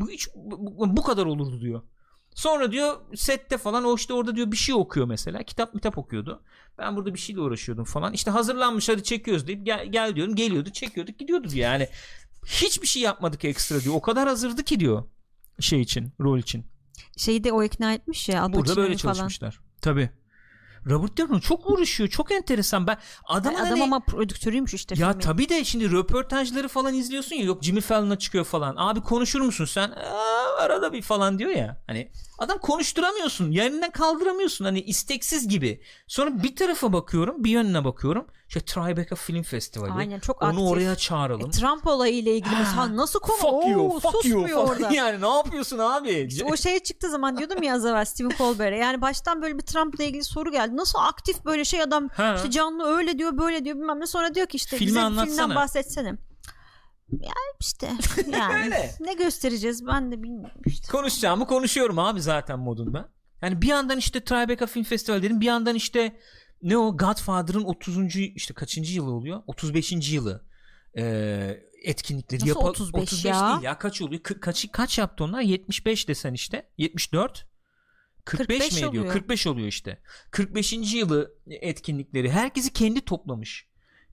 Speaker 1: Bu kadar olurdu diyor. Sonra diyor sette falan o işte orada diyor bir şey okuyor mesela. Kitap okuyordu. Ben burada bir şeyle uğraşıyordum falan. İşte hazırlanmış hadi çekiyoruz deyip gel diyorum. Geliyordu, çekiyorduk, gidiyordu diyor. Yani hiçbir şey yapmadık ekstra diyor. O kadar hazırdı ki diyor şey için, rol için.
Speaker 2: Şeyi de o ikna etmiş ya. Al
Speaker 1: burada böyle
Speaker 2: falan.
Speaker 1: Çalışmışlar. Tabii. Robert De Niro çok uğraşıyor. Çok enteresan. Adam
Speaker 2: ama prodüktörüymüş işte.
Speaker 1: Ya tabii de şimdi röportajları falan izliyorsun ya. Yok Jimmy Fallon'a çıkıyor falan. Abi konuşur musun sen? Arada bir falan diyor ya. Hani adam konuşturamıyorsun. Yerinden kaldıramıyorsun. Hani isteksiz gibi. Sonra bir tarafa bakıyorum. Bir yönüne bakıyorum. Tribeca Film Festivali.
Speaker 2: Aynen, çok
Speaker 1: onu
Speaker 2: aktif.
Speaker 1: Oraya çağıralım.
Speaker 2: Trump olayıyla ilgili mesela nasıl konu?
Speaker 1: Fuck you orada. Yani ne yapıyorsun abi?
Speaker 2: İşte o şeye çıktığı zaman diyordum ya az evvel Stephen Colbert'e. Yani baştan böyle bir Trump'la ilgili soru geldi. Nasıl aktif böyle adam işte canlı öyle diyor böyle diyor bilmem ne. Sonra diyor ki işte bize filmden bahsetsene. Ya işte yani ne göstereceğiz ben de bilmiyorum işte.
Speaker 1: Konuşacağımı konuşuyorum abi zaten modunda. Yani bir yandan işte Tribeca Film Festivali dedim, bir yandan işte ne o Godfather'ın 30. işte kaçıncı yılı oluyor? 35. yılı etkinlikleri.
Speaker 2: Nasıl 35
Speaker 1: ya? Değil ya, kaç oluyor? Kaç yaptı onlar? 75 desen işte. 74. 45 mi ediyor?
Speaker 2: Oluyor.
Speaker 1: 45 oluyor işte. 45. yılı etkinlikleri. Herkesi kendi toplamış.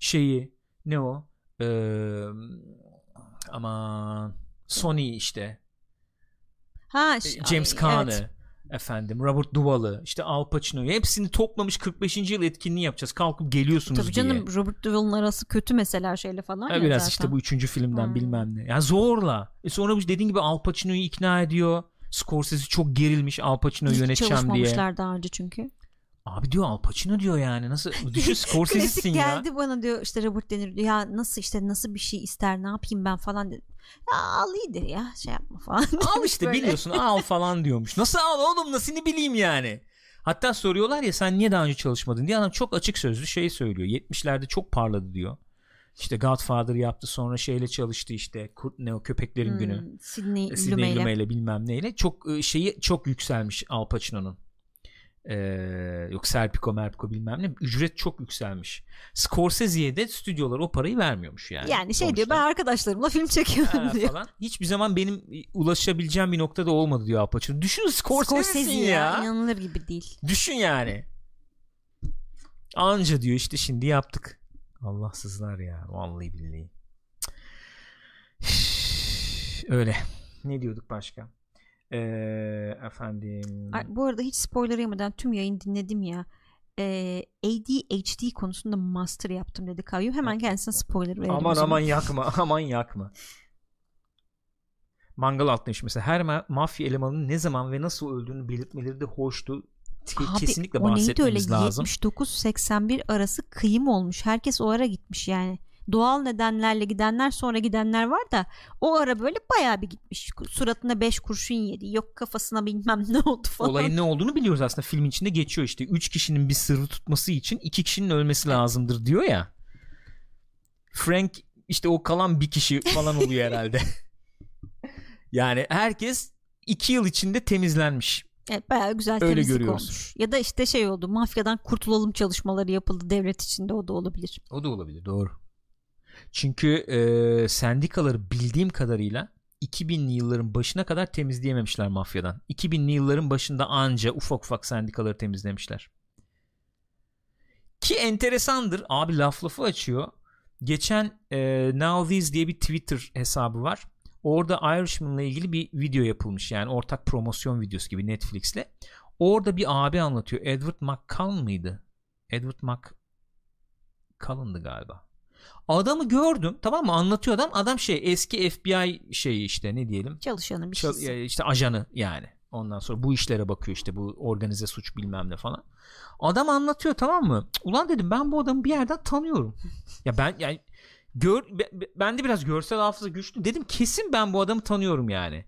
Speaker 1: Ne o? Aman Sony işte. James Caan'ı. Evet. Efendim Robert Duvall'ı, işte Al Pacino'yu hepsini toplamış, 45. yıl etkinliği yapacağız, kalkıp geliyorsunuz
Speaker 2: tabii canım, diye. Robert Duvall'ın arası kötü mesela şeyle falan.
Speaker 1: Ya biraz zaten. İşte bu 3. filmden bilmem ne. Yani zorla. Sonra dediğin gibi Al Pacino'yu ikna ediyor. Scorsese çok gerilmiş Al Pacino'yu yöneteceğim diye.
Speaker 2: Çalışmamışlar daha önce çünkü.
Speaker 1: Abi diyor Al Pacino diyor yani nasıl düşün Scorsese'sin ya.
Speaker 2: Geldi bana diyor işte Robert De Niro diyor ya nasıl bir şey ister ne yapayım ben falan dedim. Ya al iyidir ya şey yapma falan.
Speaker 1: Al işte böyle. Biliyorsun al falan diyormuş. Nasıl al oğlum, nasıl bileyim yani. Hatta soruyorlar ya sen niye daha önce çalışmadın diye, adam çok açık sözlü söylüyor. 70'lerde çok parladı diyor. İşte Godfather yaptı, sonra şeyle çalıştı işte o Köpeklerin Günü.
Speaker 2: Sidney
Speaker 1: Lumet'le bilmem neyle. Çok yükselmiş Al Pacino'nun. Yok Serpico bilmem ne, ücret çok yükselmiş. Scorsese'ye de stüdyolar o parayı vermiyormuş yani.
Speaker 2: Yani sonuçta. Diyor ben arkadaşlarımla film çekiyorum diyor.
Speaker 1: Falan. Hiçbir zaman benim ulaşabileceğim bir noktada olmadı diyor Al Pacino. Düşün Scorsese'sin ya.
Speaker 2: İnanılır gibi değil.
Speaker 1: Düşün yani. Anca diyor işte şimdi yaptık. Allahsızlar ya vallahi billahi. Öyle. Ne diyorduk başka? Efendim.
Speaker 2: Bu arada hiç spoiler yemeden tüm yayın dinledim ya. ADHD konusunda master yaptım dedi Kayyum. Hemen kendisine spoiler verelim.
Speaker 1: Aman yakma. Mangal atmış mesela. Her mafya elemanının ne zaman ve nasıl öldüğünü belirtmeleri de hoştu. Kesinlikle bahsetmemiz lazım.
Speaker 2: 79-81 arası kıyım olmuş. Herkes o ara gitmiş yani. doğal nedenlerle gidenler, sonra gidenler var da o ara böyle bayağı bir gitmiş. Suratına 5 kurşun yedi. Yok kafasına bilmem ne oldu falan.
Speaker 1: Olayın ne olduğunu biliyoruz aslında. Filmin içinde geçiyor işte. 3 kişinin bir sırrı tutması için 2 kişinin ölmesi lazımdır diyor ya. Frank işte o kalan bir kişi falan oluyor herhalde. Yani herkes 2 yıl içinde temizlenmiş.
Speaker 2: Evet, bayağı güzel
Speaker 1: öyle
Speaker 2: temizlik
Speaker 1: görüyoruz.
Speaker 2: olmuş. Ya da işte şey oldu, mafyadan kurtulalım çalışmaları yapıldı devlet içinde, o da olabilir.
Speaker 1: O da olabilir, doğru. Çünkü sendikaları bildiğim kadarıyla 2000'li yılların başına kadar temizleyememişler mafyadan. 2000'li yılların başında anca ufak ufak sendikaları temizlemişler. Ki enteresandır abi, lafı açıyor. Geçen Now These diye bir Twitter hesabı var. Orada Irishman'la ilgili bir video yapılmış. Yani ortak promosyon videosu gibi Netflix'le. Orada bir abi anlatıyor. Edward McCallum mıydı? Edward McCallum'dı galiba. Adamı gördüm, tamam mı? Anlatıyor adam. Adam eski FBI şeyi işte, ne diyelim?
Speaker 2: Çalışanı bir şeysi.
Speaker 1: İşte ajanı yani. Ondan sonra bu işlere bakıyor, işte bu organize suç bilmem ne falan. Adam anlatıyor, tamam mı? Ulan dedim, ben bu adamı bir yerden tanıyorum. Ya ben yani ben de biraz görsel hafıza güçlü. Dedim kesin ben bu adamı tanıyorum yani.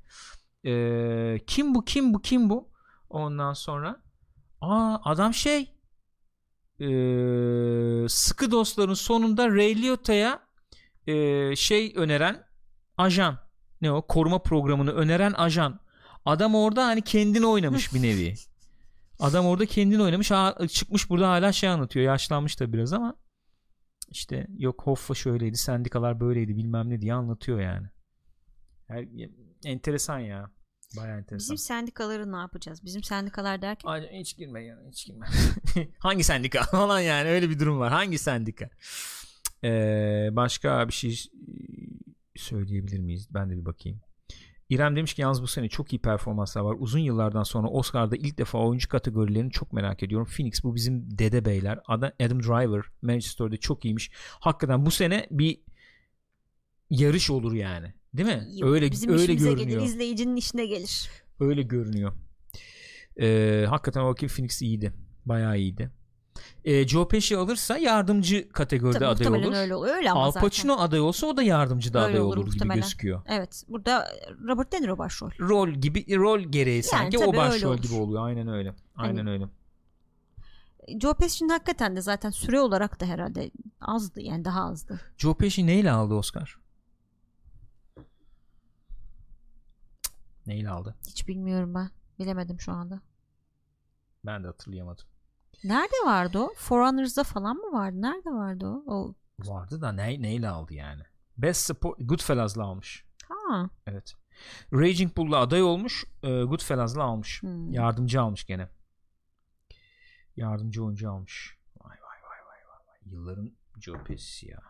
Speaker 1: Kim bu? Ondan sonra adam Sıkı Dostların sonunda Ray Liotta'ya öneren ajan. Ne o? Koruma programını öneren ajan. Adam orada hani kendini oynamış bir nevi. Adam orada kendini oynamış. Çıkmış burada hala anlatıyor. Yaşlanmış da biraz ama işte yok Hoffa şöyleydi, sendikalar böyleydi bilmem ne diye anlatıyor yani. Enteresan ya. Bayağı enteresan.
Speaker 2: Bizim sendikaları ne yapacağız? Bizim sendikalar derken?
Speaker 1: Hiç girme yani, hiç girme. Hangi sendika falan, yani öyle bir durum var. Hangi sendika? Başka bir şey söyleyebilir miyiz? Ben de bir bakayım. İrem demiş ki yalnız bu sene çok iyi performanslar var. Uzun yıllardan sonra Oscar'da ilk defa oyuncu kategorilerini çok merak ediyorum. Phoenix, bu bizim dede beyler. Adam Driver Marriage Story'de çok iyiymiş. Hakikaten bu sene bir yarış olur yani. Değil mi?
Speaker 2: Bizim
Speaker 1: öyle
Speaker 2: işimize
Speaker 1: görünüyor.
Speaker 2: gelir, izleyicinin işine gelir.
Speaker 1: Öyle görünüyor. Hakikaten o Phoenix iyiydi. Bayağı iyiydi. Joe Pesci alırsa yardımcı kategoride
Speaker 2: tabii,
Speaker 1: aday olur.
Speaker 2: Öyle olur. Öyle ama
Speaker 1: Al Pacino zaten aday olsa o da yardımcı da aday olur gibi gözüküyor.
Speaker 2: Evet. Burada Robert De Niro başrol.
Speaker 1: Rol gereği sanki o başrol gibi oluyor. Aynen öyle. Öyle.
Speaker 2: Joe Pesci'nin hakikaten de zaten süre olarak da herhalde azdı. Yani daha azdı.
Speaker 1: Joe Pesci neyle aldı Oscar? Neyle aldı?
Speaker 2: Hiç bilmiyorum ben. Bilemedim şu anda.
Speaker 1: Ben de hatırlayamadım.
Speaker 2: Nerede vardı o? Foreigners'da falan mı vardı? Nerede vardı o?
Speaker 1: Vardı da neyle aldı yani? Best Support Goodfellas'la almış.
Speaker 2: Ha.
Speaker 1: Evet. Raging Bull'la aday olmuş. Goodfellas'la almış. Yardımcı almış gene. Yardımcı oyuncu almış. Vay. Yılların Joe Pesci ya.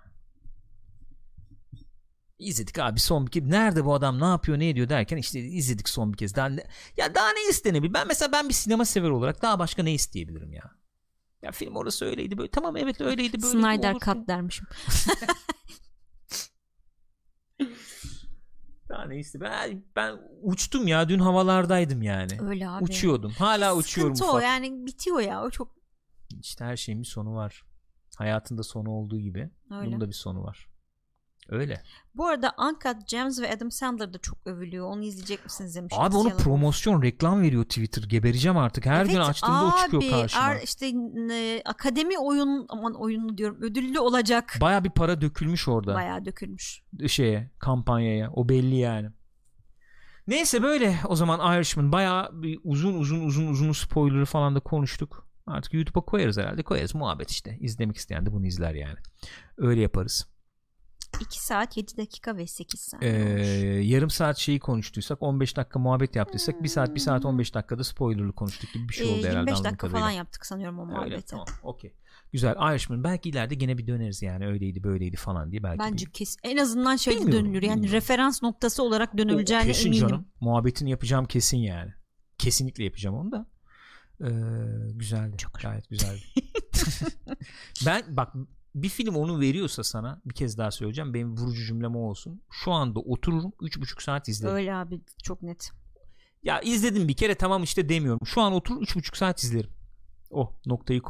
Speaker 1: İzledik abi son bir kez. Nerede bu adam, ne yapıyor, ne ediyor derken işte izledik son bir kez. Daha ne istenebilir? Ben bir sinema sever olarak daha başka ne isteyebilirim ya? Ya film orası öyleydi böyle. Tamam evet öyleydi böyle.
Speaker 2: Snyder Cut dermişim.
Speaker 1: Daha ne ben uçtum ya, dün havalardaydım yani.
Speaker 2: Öyle abi.
Speaker 1: Uçuyordum. Hala uçuyorum ufak.
Speaker 2: O yani bitiyor ya, o çok.
Speaker 1: İşte her şeyin bir sonu var. Hayatında sonu olduğu gibi bunun da bir sonu var. Öyle.
Speaker 2: Bu arada Uncut Gems ve Adam Sandler da çok övülüyor. Onu izleyecek misiniz demiş.
Speaker 1: Abi onu promosyon, reklam veriyor Twitter. Gebereceğim artık. Her gün açtığımda o çıkıyor karşıma.
Speaker 2: İşte akademi oyunu diyorum. Ödüllü olacak.
Speaker 1: Baya bir para dökülmüş orada.
Speaker 2: Baya dökülmüş.
Speaker 1: Kampanyaya. O belli yani. Neyse böyle o zaman Irishman baya bir uzun spoiler'ı falan da konuştuk. Artık YouTube'a koyarız herhalde. Koyarız, muhabbet işte. İzlemek isteyen de bunu izler yani. Öyle yaparız.
Speaker 2: 2 saat 7 dakika ve 8 saat
Speaker 1: yarım saat şeyi konuştuysak, 15 dakika muhabbet yaptıysak 1 saat 15 dakikada spoilerlı konuştuk gibi bir şey oldu herhalde.
Speaker 2: 25 dakika falan yaptık sanıyorum o muhabbeti.
Speaker 1: Öyle, tamam, okey. Güzel. Irishman belki ileride gene bir döneriz yani, öyleydi böyleydi falan diye belki.
Speaker 2: Bence kesin. En azından şeyde dönülür yani, referans noktası olarak dönüleceğine
Speaker 1: kesin
Speaker 2: eminim.
Speaker 1: Canım. Muhabbetini yapacağım kesin yani. Kesinlikle yapacağım onu da. Güzeldi. Gayet güzeldi. Ben bak, bir film onu veriyorsa sana, bir kez daha söyleyeceğim, benim vurucu cümlem o olsun. Şu anda otururum 3,5 saat izlerim.
Speaker 2: Öyle abi, çok net.
Speaker 1: Ya izledim bir kere tamam işte demiyorum. Şu an otururum 3,5 saat izlerim. O noktayı